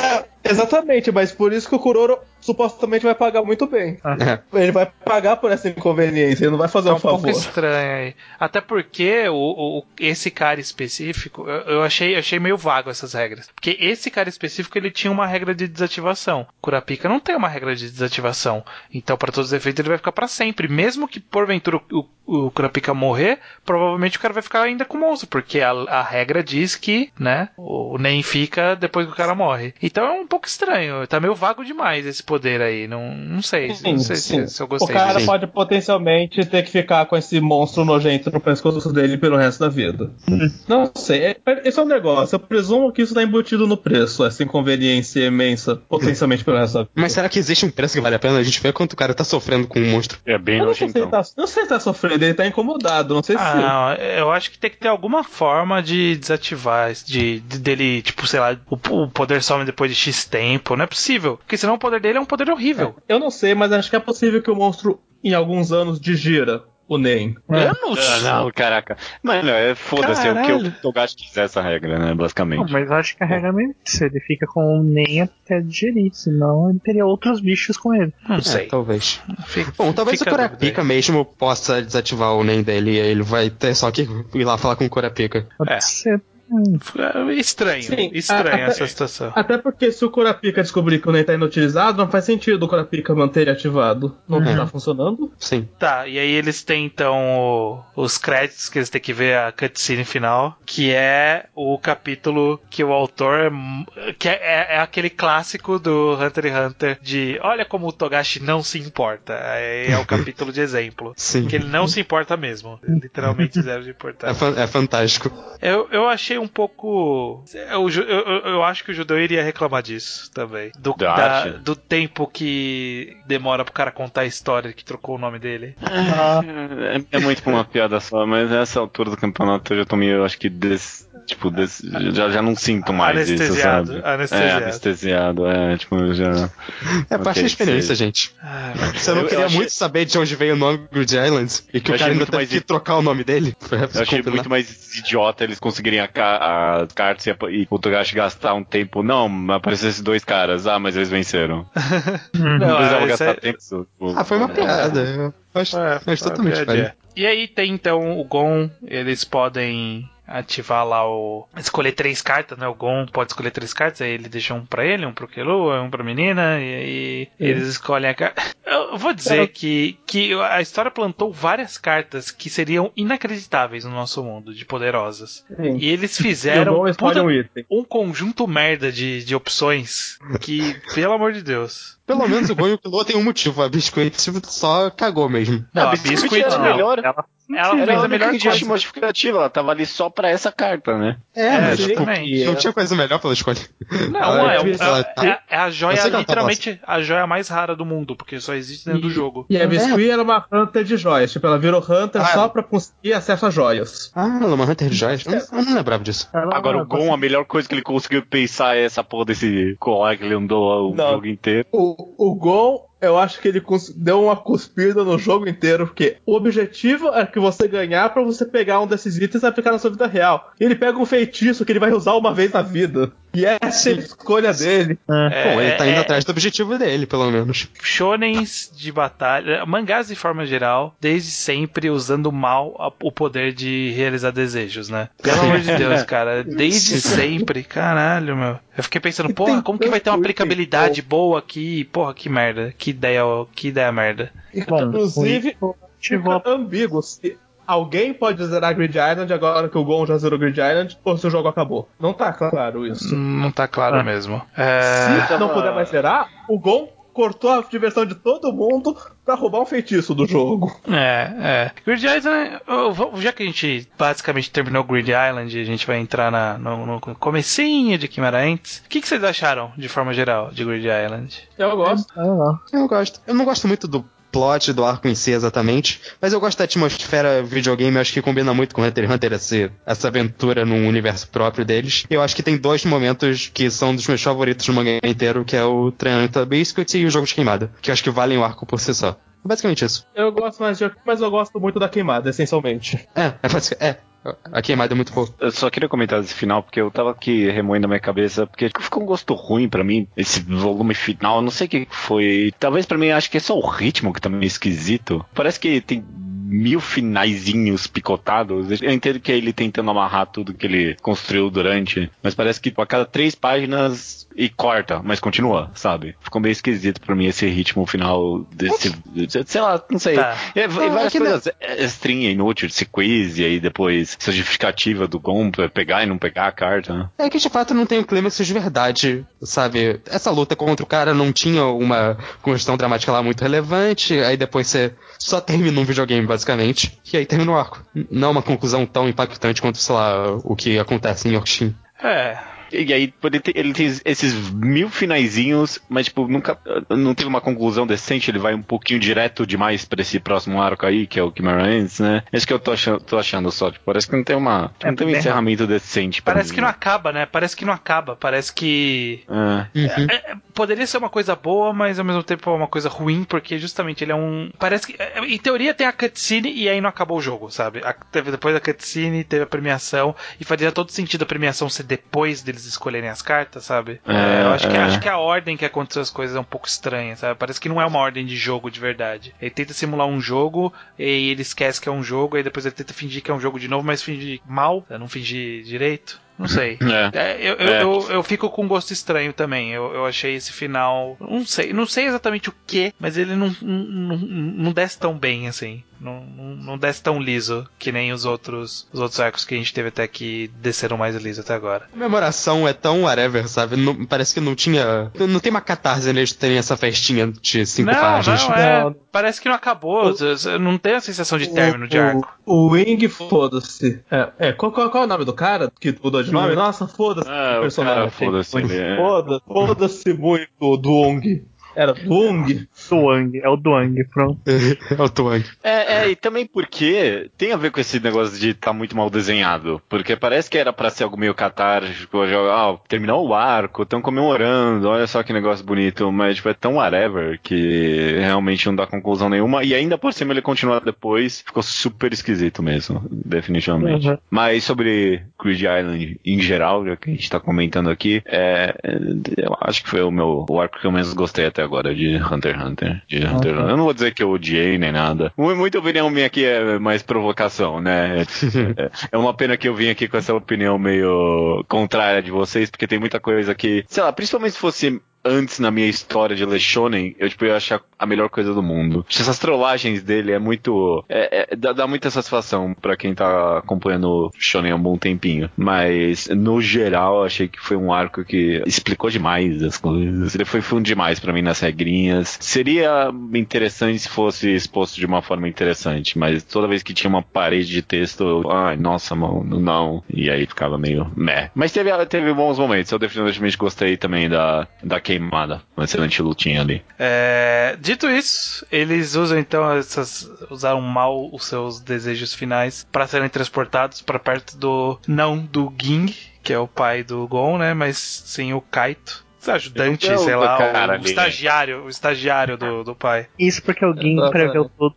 Speaker 5: Exatamente, mas por isso que o Kuroro supostamente vai pagar muito bem. Ele vai pagar por essa inconveniência, ele não vai fazer um favor.
Speaker 1: Um pouco estranho aí. Até porque esse cara específico, eu achei meio vago essas regras. Porque esse cara específico, ele tinha uma regra de desativação. Kurapika não tem uma regra de desativação. Então, para todos os efeitos, ele vai ficar para sempre. Mesmo que, porventura, o Kurapika morrer, provavelmente o cara vai ficar ainda com o monstro. Porque a regra diz que, né, o Nen fica depois que o cara morre. Então é um pouco estranho. Tá meio vago demais esse poder aí. Não sei. Não sei se eu gostei
Speaker 5: disso. O cara
Speaker 1: disso.
Speaker 5: pode potencialmente ter que ficar com esse monstro nojento no pescoço dele pelo resto da vida. Não sei. Esse é um negócio. Eu presumo que isso tá embutido no preço. Essa inconveniência imensa, potencialmente pelo resto da vida.
Speaker 3: Mas será que existe um preço que vale a pena? A gente vê quanto o cara tá sofrendo com o monstro.
Speaker 4: É bem nojento.
Speaker 5: Não sei se ele tá sofrendo, ele tá incomodado. Não sei se.
Speaker 1: Não, eu acho que tem que ter alguma forma de desativar, dele, tipo, sei lá, o poder some depois de X tempo. Não é possível. Porque senão o poder dele é um poder horrível.
Speaker 5: Eu não sei, mas acho que é possível que o monstro, em alguns anos, digira o Nen.
Speaker 4: Não, caraca. Mano, foda-se, é o que o Togashi quiser essa regra, né, basicamente.
Speaker 2: Não, mas eu acho que a regra é meio isso. Ele fica com o Nen até digerir, senão ele teria outros bichos com ele.
Speaker 1: Não sei.
Speaker 3: Talvez. Bom, talvez o Kurapika mesmo possa desativar o Nen dele e ele vai ter só que ir lá falar com o Kurapika.
Speaker 2: Pode ser.
Speaker 1: Estranho.
Speaker 5: Sim,
Speaker 1: essa situação.
Speaker 5: Até porque se o Kurapika descobrir que o Nen tá inutilizado, não faz sentido o Kurapika manter ele ativado. Não tá funcionando?
Speaker 3: Sim.
Speaker 1: Tá, e aí eles têm então os créditos que eles têm que ver a cutscene final, que é o capítulo que o autor que é aquele clássico do Hunter x Hunter de olha como o Togashi não se importa. É o capítulo de exemplo.
Speaker 3: Sim.
Speaker 1: Que ele não se importa mesmo. Literalmente zero de importância.
Speaker 3: É fantástico.
Speaker 1: Eu achei um pouco. Eu acho que o judeu iria reclamar disso também. Do tempo que demora pro cara contar a história que trocou o nome dele.
Speaker 4: É muito pra uma piada só, mas nessa altura do campeonato eu já tô meio, acho que já não sinto mais isso, sabe? Anestesiado, tipo, já...
Speaker 3: É parte da experiência, gente. Você não queria muito saber de onde veio o nome Grid Island e que o cara ainda teve que trocar o nome dele?
Speaker 4: Eu achei muito mais idiota eles conseguirem as cartas e o Togashi gastar um tempo. Não, apareceram esses dois caras. mas eles venceram. Não precisava gastar tempo.
Speaker 3: Foi uma piada. Eu acho totalmente velho.
Speaker 1: E aí tem então o Gon, eles podem ativar lá escolher 3 cartas, né? O Gon pode escolher 3 cartas, aí ele deixa um pra ele, um pro Killua, um pra menina, e aí eles escolhem a carta. Eu vou dizer que a história plantou várias cartas que seriam inacreditáveis no nosso mundo, de poderosas.
Speaker 5: Sim.
Speaker 1: E eles fizeram um conjunto merda de opções que, pelo amor de Deus.
Speaker 3: Pelo menos o Gon e o Killua tem um motivo, a Biscuit só cagou mesmo.
Speaker 1: Não, a Biscuit
Speaker 4: era melhor.
Speaker 1: Ela fez a melhor coisa.
Speaker 4: Modificativa, ela tava ali só pra essa carta, né?
Speaker 3: Mas não tinha coisa melhor pra ela escolher.
Speaker 1: Não, é a joia, literalmente, a joia mais rara do mundo, porque só existe dentro do jogo.
Speaker 5: E a Biscuit era uma Hunter de joias, tipo, ela virou Hunter só pra conseguir acesso a joias.
Speaker 3: Ela é uma Hunter de joias? Eu não lembrava disso.
Speaker 4: Agora o Gon, a melhor coisa que ele conseguiu pensar é essa porra desse colar que ele andou o jogo inteiro.
Speaker 5: O Gon, eu acho que ele deu uma cuspida no jogo inteiro, porque o objetivo é que você ganhar pra você pegar um desses itens e aplicar na sua vida real. E ele pega um feitiço que ele vai usar uma vez na vida. E essa é a escolha dele.
Speaker 3: Bom, ele tá indo atrás do objetivo dele, pelo menos.
Speaker 1: Shonens de batalha, mangás de forma geral, desde sempre usando mal o poder de realizar desejos, né? Pelo amor de Deus, cara. Desde sempre. Caralho, meu. Eu fiquei pensando, porra, como que vai ter uma aplicabilidade boa aqui? Porra, que merda. Que ideia merda.
Speaker 5: Inclusive, fica ambíguo se alguém pode zerar Grid Island agora que o Gon já zerou Grid Island ou se o jogo acabou. Não tá claro isso.
Speaker 1: Não tá claro mesmo.
Speaker 5: Se não puder mais zerar, o Gon cortou a diversão de todo mundo pra roubar um feitiço do jogo.
Speaker 1: Grid Island, já que a gente basicamente terminou Grid Island, a gente vai entrar no comecinho de Chimera Ants. O que vocês acharam, de forma geral, de Grid Island?
Speaker 5: Eu gosto.
Speaker 3: Eu gosto. Eu não gosto muito do plot do arco em si exatamente, mas eu gosto da atmosfera videogame, eu acho que combina muito com Hunter x Hunter essa aventura num universo próprio deles. Eu acho que tem 2 momentos que são dos meus favoritos no mangá inteiro, que é o Triangle Biscuit e o jogo de queimada, que eu acho que valem o arco por si só. Basicamente isso.
Speaker 5: Eu gosto mais de arco, mas eu gosto muito da queimada, essencialmente.
Speaker 3: A queimada é muito boa.
Speaker 4: Eu só queria comentar desse final, porque eu tava aqui remoendo na minha cabeça, porque ficou um gosto ruim pra mim, esse volume final, eu não sei o que foi. Talvez pra mim, acho que é só o ritmo que tá meio esquisito. Parece que tem 1000 finaizinhos picotados. Eu entendo que é ele tentando amarrar tudo que ele construiu durante, mas parece que a cada 3 páginas e corta, mas continua, sabe? Ficou meio esquisito pra mim esse ritmo final desse... Sei lá, não sei.
Speaker 1: Tá.
Speaker 4: E várias coisas. String inútil, esse quiz, e aí depois essa justificativa do Gon pra pegar e não pegar a carta.
Speaker 3: É que de fato não tem um clímax de verdade, sabe? Essa luta contra o cara não tinha uma questão dramática lá muito relevante, aí depois você só termina um videogame, basicamente, e aí termina o arco. Não é uma conclusão tão impactante quanto, sei lá, o que acontece em Yorkshin.
Speaker 4: E aí ele tem esses 1000 finaizinhos, mas tipo, nunca não teve uma conclusão decente, ele vai um pouquinho direto demais pra esse próximo arco aí, que é o Chimera Ants, né? Isso que eu tô achando só, tipo, parece que não tem não tem um encerramento decente pra
Speaker 1: Parece
Speaker 4: mim,
Speaker 1: que não acaba, né? Parece que poderia ser uma coisa boa, mas ao mesmo tempo é uma coisa ruim, porque justamente ele é um... Parece que, em teoria, tem a cutscene e aí não acabou o jogo, sabe? Depois da cutscene, teve a premiação, e fazia todo sentido a premiação ser depois deles escolherem as cartas, sabe? Eu acho que a ordem que aconteceu as coisas é um pouco estranha, sabe? Parece que não é uma ordem de jogo de verdade. Ele tenta simular um jogo, e ele esquece que é um jogo, aí depois ele tenta fingir que é um jogo de novo, mas fingir mal, não fingir direito. Não sei. Eu fico com um gosto estranho também. Eu achei esse final... Não sei exatamente o que, mas ele não desce tão bem, assim. Não desce tão liso que nem os outros arcos que a gente teve até aqui desceram mais liso até agora.
Speaker 3: A memoração é tão whatever, sabe? Parece que não tinha... Não tem uma catarse neles terem essa festinha de 5 páginas.
Speaker 1: Parece que não acabou. Não tem a sensação de término de arco.
Speaker 5: O Wing, foda-se. Qual é o nome do cara que mudou de nome? Nossa, foda-se o personagem. Foda-se muito do Wong. Era Duong?
Speaker 2: Duong, é o Duong, pronto.
Speaker 3: É o Duong.
Speaker 4: E também porque tem a ver com esse negócio de estar muito mal desenhado. Porque parece que era pra ser algo meio catártico, terminou o arco, estão comemorando, olha só que negócio bonito, mas tipo, é tão whatever que realmente não dá conclusão nenhuma. E ainda por cima ele continua depois, ficou super esquisito mesmo, definitivamente. Uhum. Mas sobre Grid Island em geral, já que a gente tá comentando aqui, eu acho que foi o arco que eu menos gostei até agora de Hunter x Hunter. Eu não vou dizer que eu odiei nem nada. Muita opinião minha aqui é mais provocação, né? É uma pena que eu vim aqui com essa opinião meio contrária de vocês, porque tem muita coisa que, sei lá, principalmente se fosse antes na minha história de ler shonen, eu ia achar a melhor coisa do mundo. Essas trollagens dele é muito... dá muita satisfação pra quem tá acompanhando shonen há um bom tempinho. Mas, no geral, eu achei que foi um arco que explicou demais as coisas. Ele foi fundo demais pra mim nas regrinhas. Seria interessante se fosse exposto de uma forma interessante, mas toda vez que tinha uma parede de texto, nossa, mano, não. E aí ficava meio meh. Mas teve bons momentos. Eu definitivamente gostei também da queimada. Uma excelente lutinha ali.
Speaker 1: Dito isso, eles usam então usaram mal os seus desejos finais para serem transportados para perto do Ging, que é o pai do Gon, né? Mas sim o Kaito. Ajudante, sei lá, o estagiário do pai.
Speaker 2: Isso porque alguém preveu tudo.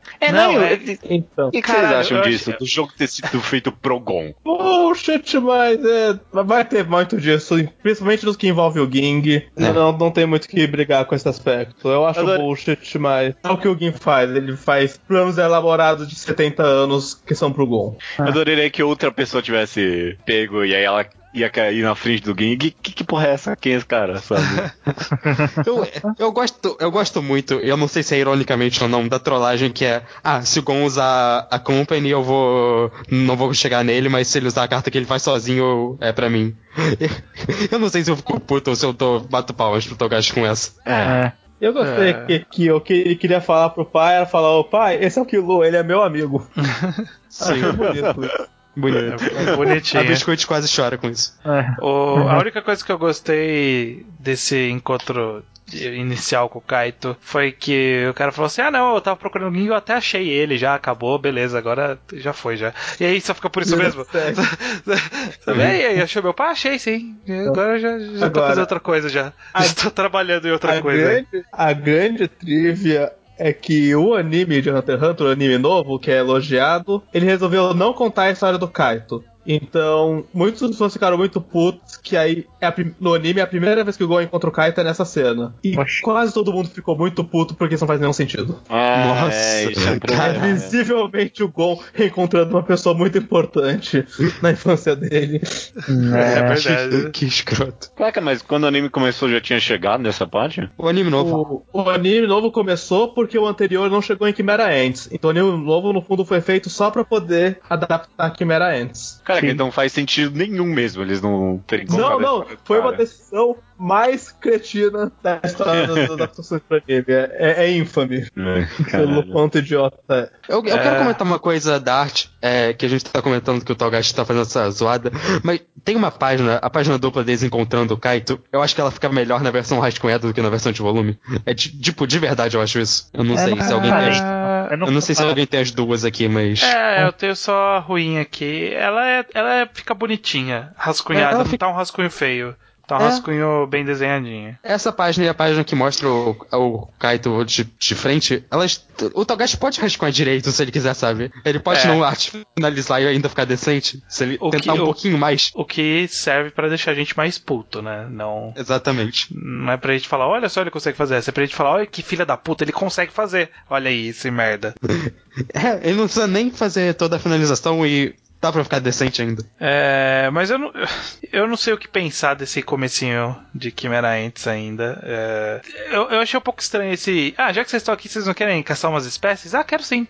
Speaker 4: Então. O que vocês acham disso? Do jogo ter sido feito pro Gon?
Speaker 5: Bullshit, mas vai ter muito disso, principalmente dos que envolvem o Ging. Não tem muito que brigar com esse aspecto. Eu acho bullshit, mas é o que o Ging faz. Ele faz planos elaborados de 70 anos que são pro Gon.
Speaker 4: Eu adoraria que outra pessoa tivesse pego e aí ela ia cair na frente do Ging. Que porra é essa? Quem é esse cara, sabe?
Speaker 3: eu gosto muito, eu não sei se é ironicamente ou não, da trollagem que é, se o Gon usar a Company não vou chegar nele, mas se ele usar a carta que ele faz sozinho, é pra mim. Eu não sei se eu fico puto ou se eu bato palmas pro Togashi com essa.
Speaker 5: Eu gostei que o que ele queria falar pro pai era falar, pai, esse é o Killua, ele é meu amigo.
Speaker 3: Sim, bonito.
Speaker 1: Bonitinho.
Speaker 3: A Biscoito quase chora com isso.
Speaker 1: A única coisa que eu gostei desse encontro inicial com o Kaito foi que o cara falou assim, eu tava procurando o Ging, eu até achei ele, já acabou, beleza, agora já foi, já. E aí só fica por isso mesmo. E aí, achou meu pai? Achei, sim. Agora já tô fazendo outra coisa já. Já tô trabalhando em outra coisa.
Speaker 5: A grande trivia é que o anime de Hunter x Hunter, o anime novo, que é elogiado, ele resolveu não contar a história do Kaito. Então, muitas pessoas ficaram muito putos que aí, no anime, é a primeira vez que o Gon encontra o Kaito é nessa cena. E quase todo mundo ficou muito puto porque isso não faz nenhum sentido.
Speaker 3: Nossa,
Speaker 4: isso é um problema.
Speaker 5: Visivelmente o Gon reencontrando uma pessoa muito importante na infância dele.
Speaker 1: É verdade.
Speaker 3: Que escroto.
Speaker 4: Caraca, mas quando o anime começou já tinha chegado nessa parte?
Speaker 3: O anime novo.
Speaker 5: O anime novo começou porque o anterior não chegou em Chimera Ants. Então o anime novo, no fundo, foi feito só pra poder adaptar Chimera Ants.
Speaker 4: Cara, que não faz sentido nenhum mesmo eles não terem comprado.
Speaker 5: Não, foi uma decisão mais cretina da história das adaptações pra anime. É infame. Pelo quanto idiota.
Speaker 3: Eu quero comentar uma coisa da arte, que a gente tá comentando que o Togashi tá fazendo essa zoada, mas tem uma página, a página dupla deles encontrando o Kaito, eu acho que ela fica melhor na versão rascunhada do que na versão de volume. Tipo, de verdade eu acho isso. Eu não sei se alguém tem. Eu não sei se alguém tem as duas aqui, mas...
Speaker 1: eu tenho só a ruim aqui. Ela fica bonitinha, rascunhada, não tá um rascunho feio. Tá um rascunho bem desenhadinho.
Speaker 3: Essa página e a página que mostra o Kaito de frente, o Togashi pode rascunhar direito se ele quiser, sabe? Ele pode não finalizar e ainda ficar decente, se ele tentar um pouquinho mais.
Speaker 1: O que serve pra deixar a gente mais puto, né? Não...
Speaker 3: Exatamente.
Speaker 1: Não é pra gente falar, olha só, ele consegue fazer. É pra gente falar, olha que filha da puta, ele consegue fazer. Olha aí, esse merda.
Speaker 3: Ele não precisa nem fazer toda a finalização e... dá pra ficar decente ainda.
Speaker 1: Mas eu não sei o que pensar desse comecinho de Chimera Ants ainda. Eu achei um pouco estranho esse... já que vocês estão aqui, vocês não querem caçar umas espécies? Quero sim.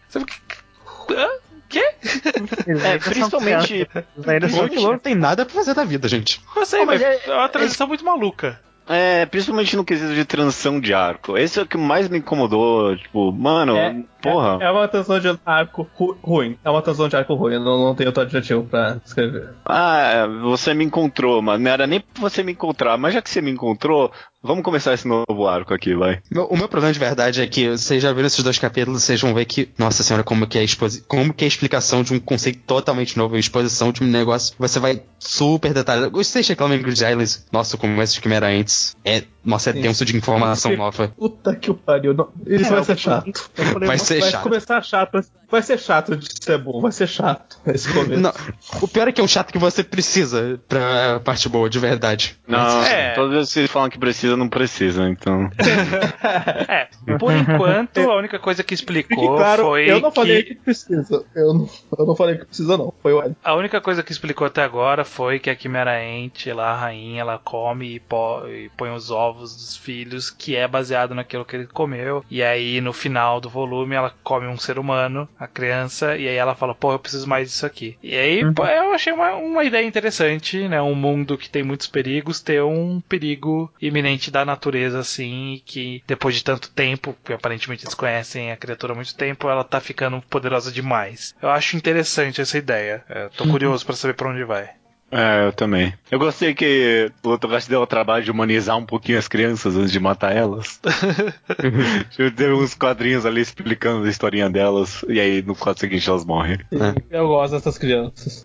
Speaker 1: Quê?
Speaker 4: Principalmente...
Speaker 3: Ele não tem nada pra fazer da vida, gente.
Speaker 1: Eu sei, mas é uma transição muito maluca.
Speaker 4: Principalmente no quesito de transição de arco. Esse é o que mais me incomodou. Tipo, mano, porra.
Speaker 5: É uma transição de arco ruim. É uma transição de arco ruim. Eu não tenho outro adjetivo pra escrever.
Speaker 4: Você me encontrou, mano. Não era nem pra você me encontrar. Mas já que você me encontrou, vamos começar esse novo arco aqui, vai.
Speaker 3: O meu problema de verdade é que vocês já viram esses 2 capítulos, vocês vão ver que, nossa senhora, como que é a explicação de um conceito totalmente novo, a exposição de um negócio, você vai super detalhado. Vocês reclamam em Grid Islands, nossa, como esse Chimera Ants, é denso de informação nova.
Speaker 5: Puta que o pariu. Isso vai ser chato.
Speaker 3: Vai ser chato.
Speaker 5: Começar chato. Vai ser chato de ser bom. Vai ser chato esse começo.
Speaker 3: Não, o pior é que é um chato que você precisa pra parte boa, de verdade.
Speaker 4: Não, todas as vezes que vocês falam que precisa, não precisa, então...
Speaker 1: Por enquanto, a única coisa que explicou foi
Speaker 5: eu não falei que precisa. Eu não falei que precisa, não. Foi o L.
Speaker 1: A única coisa que explicou até agora foi que a Chimera Ant, lá, a rainha, ela come e põe os ovos dos filhos, que é baseado naquilo que ele comeu. E aí, no final do volume, ela come um ser humano, a criança, e aí ela fala, eu preciso mais disso aqui. E aí, eu achei uma ideia interessante, né? Um mundo que tem muitos perigos, ter um perigo iminente da natureza, assim, que depois de tanto tempo, porque aparentemente eles conhecem a criatura há muito tempo, ela tá ficando poderosa demais. Eu acho interessante essa ideia. Tô curioso pra saber pra onde vai.
Speaker 4: Eu também. Eu gostei que o Togashi deu o trabalho de humanizar um pouquinho as crianças antes de matar elas. Teve uns quadrinhos ali explicando a historinha delas, e aí no quadro seguinte elas morrem.
Speaker 5: Eu gosto dessas crianças.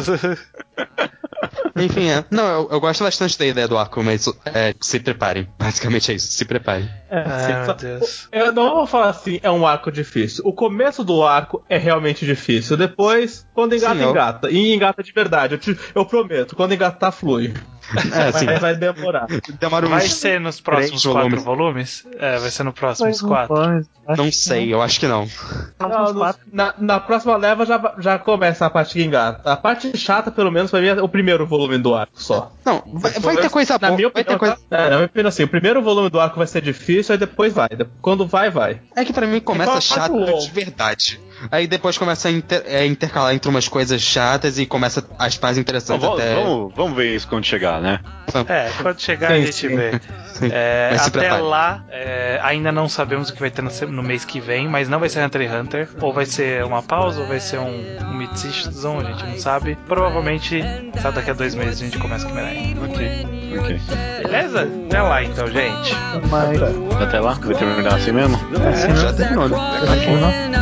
Speaker 3: Enfim, Não, eu gosto bastante da ideia do arco, mas se preparem. Basicamente é isso, se preparem.
Speaker 1: Meu Deus.
Speaker 5: Eu não vou falar assim, é um arco difícil. O começo do arco é realmente difícil. Depois, quando engata. E engata de verdade. Eu prometo, quando engatar, flui. Vai demorar.
Speaker 1: Vai ser nos próximos 4 volumes? Vai ser nos próximos 4?
Speaker 3: Não sei, eu acho que não.
Speaker 5: Na próxima leva já começa a parte que engata. A parte chata, pelo menos, pra mim, é o primeiro volume do arco só.
Speaker 3: Não, vai ter coisa boa.
Speaker 5: Na minha opinião, assim, o primeiro volume do arco vai ser difícil, aí depois vai. Quando vai.
Speaker 3: É que pra mim começa chato de verdade. Aí depois começa a intercalar entre umas coisas chatas e começa as partes interessantes
Speaker 4: Vamos ver isso quando chegar, né?
Speaker 1: Quando chegar a gente vê. Até lá, ainda não sabemos o que vai ter no mês que vem, mas não vai ser Hunter x Hunter. Ou vai ser uma pausa, ou vai ser um mid-season, a gente não sabe. Provavelmente, só daqui a 2 meses a gente começa a Chimera Ant.
Speaker 4: Ok.
Speaker 1: Beleza? Até lá então, gente.
Speaker 4: Até lá? Vai terminar assim mesmo?
Speaker 3: Já terminou, né?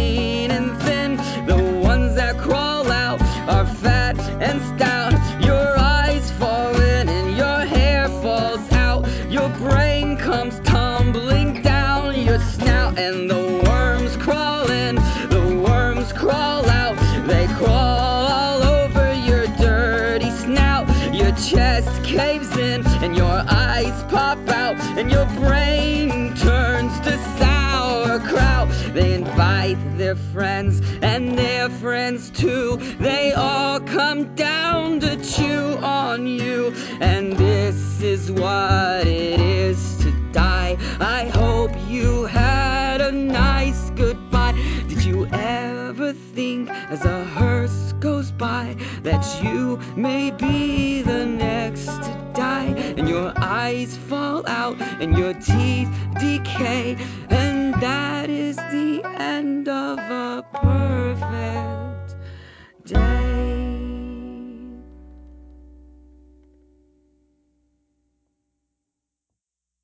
Speaker 6: And stout, your eyes fall in and your hair falls out, your brain comes tumbling down your snout, and chest caves in and your eyes pop out and your brain turns to sauerkraut. They invite their friends and their friends too. They all come down to chew on you. And this is what it is to die. I hope you had a nice goodbye. Did you ever think as a hearse goes by that you may be the next to die? And your eyes fall out and your teeth decay, and that is the end of a perfect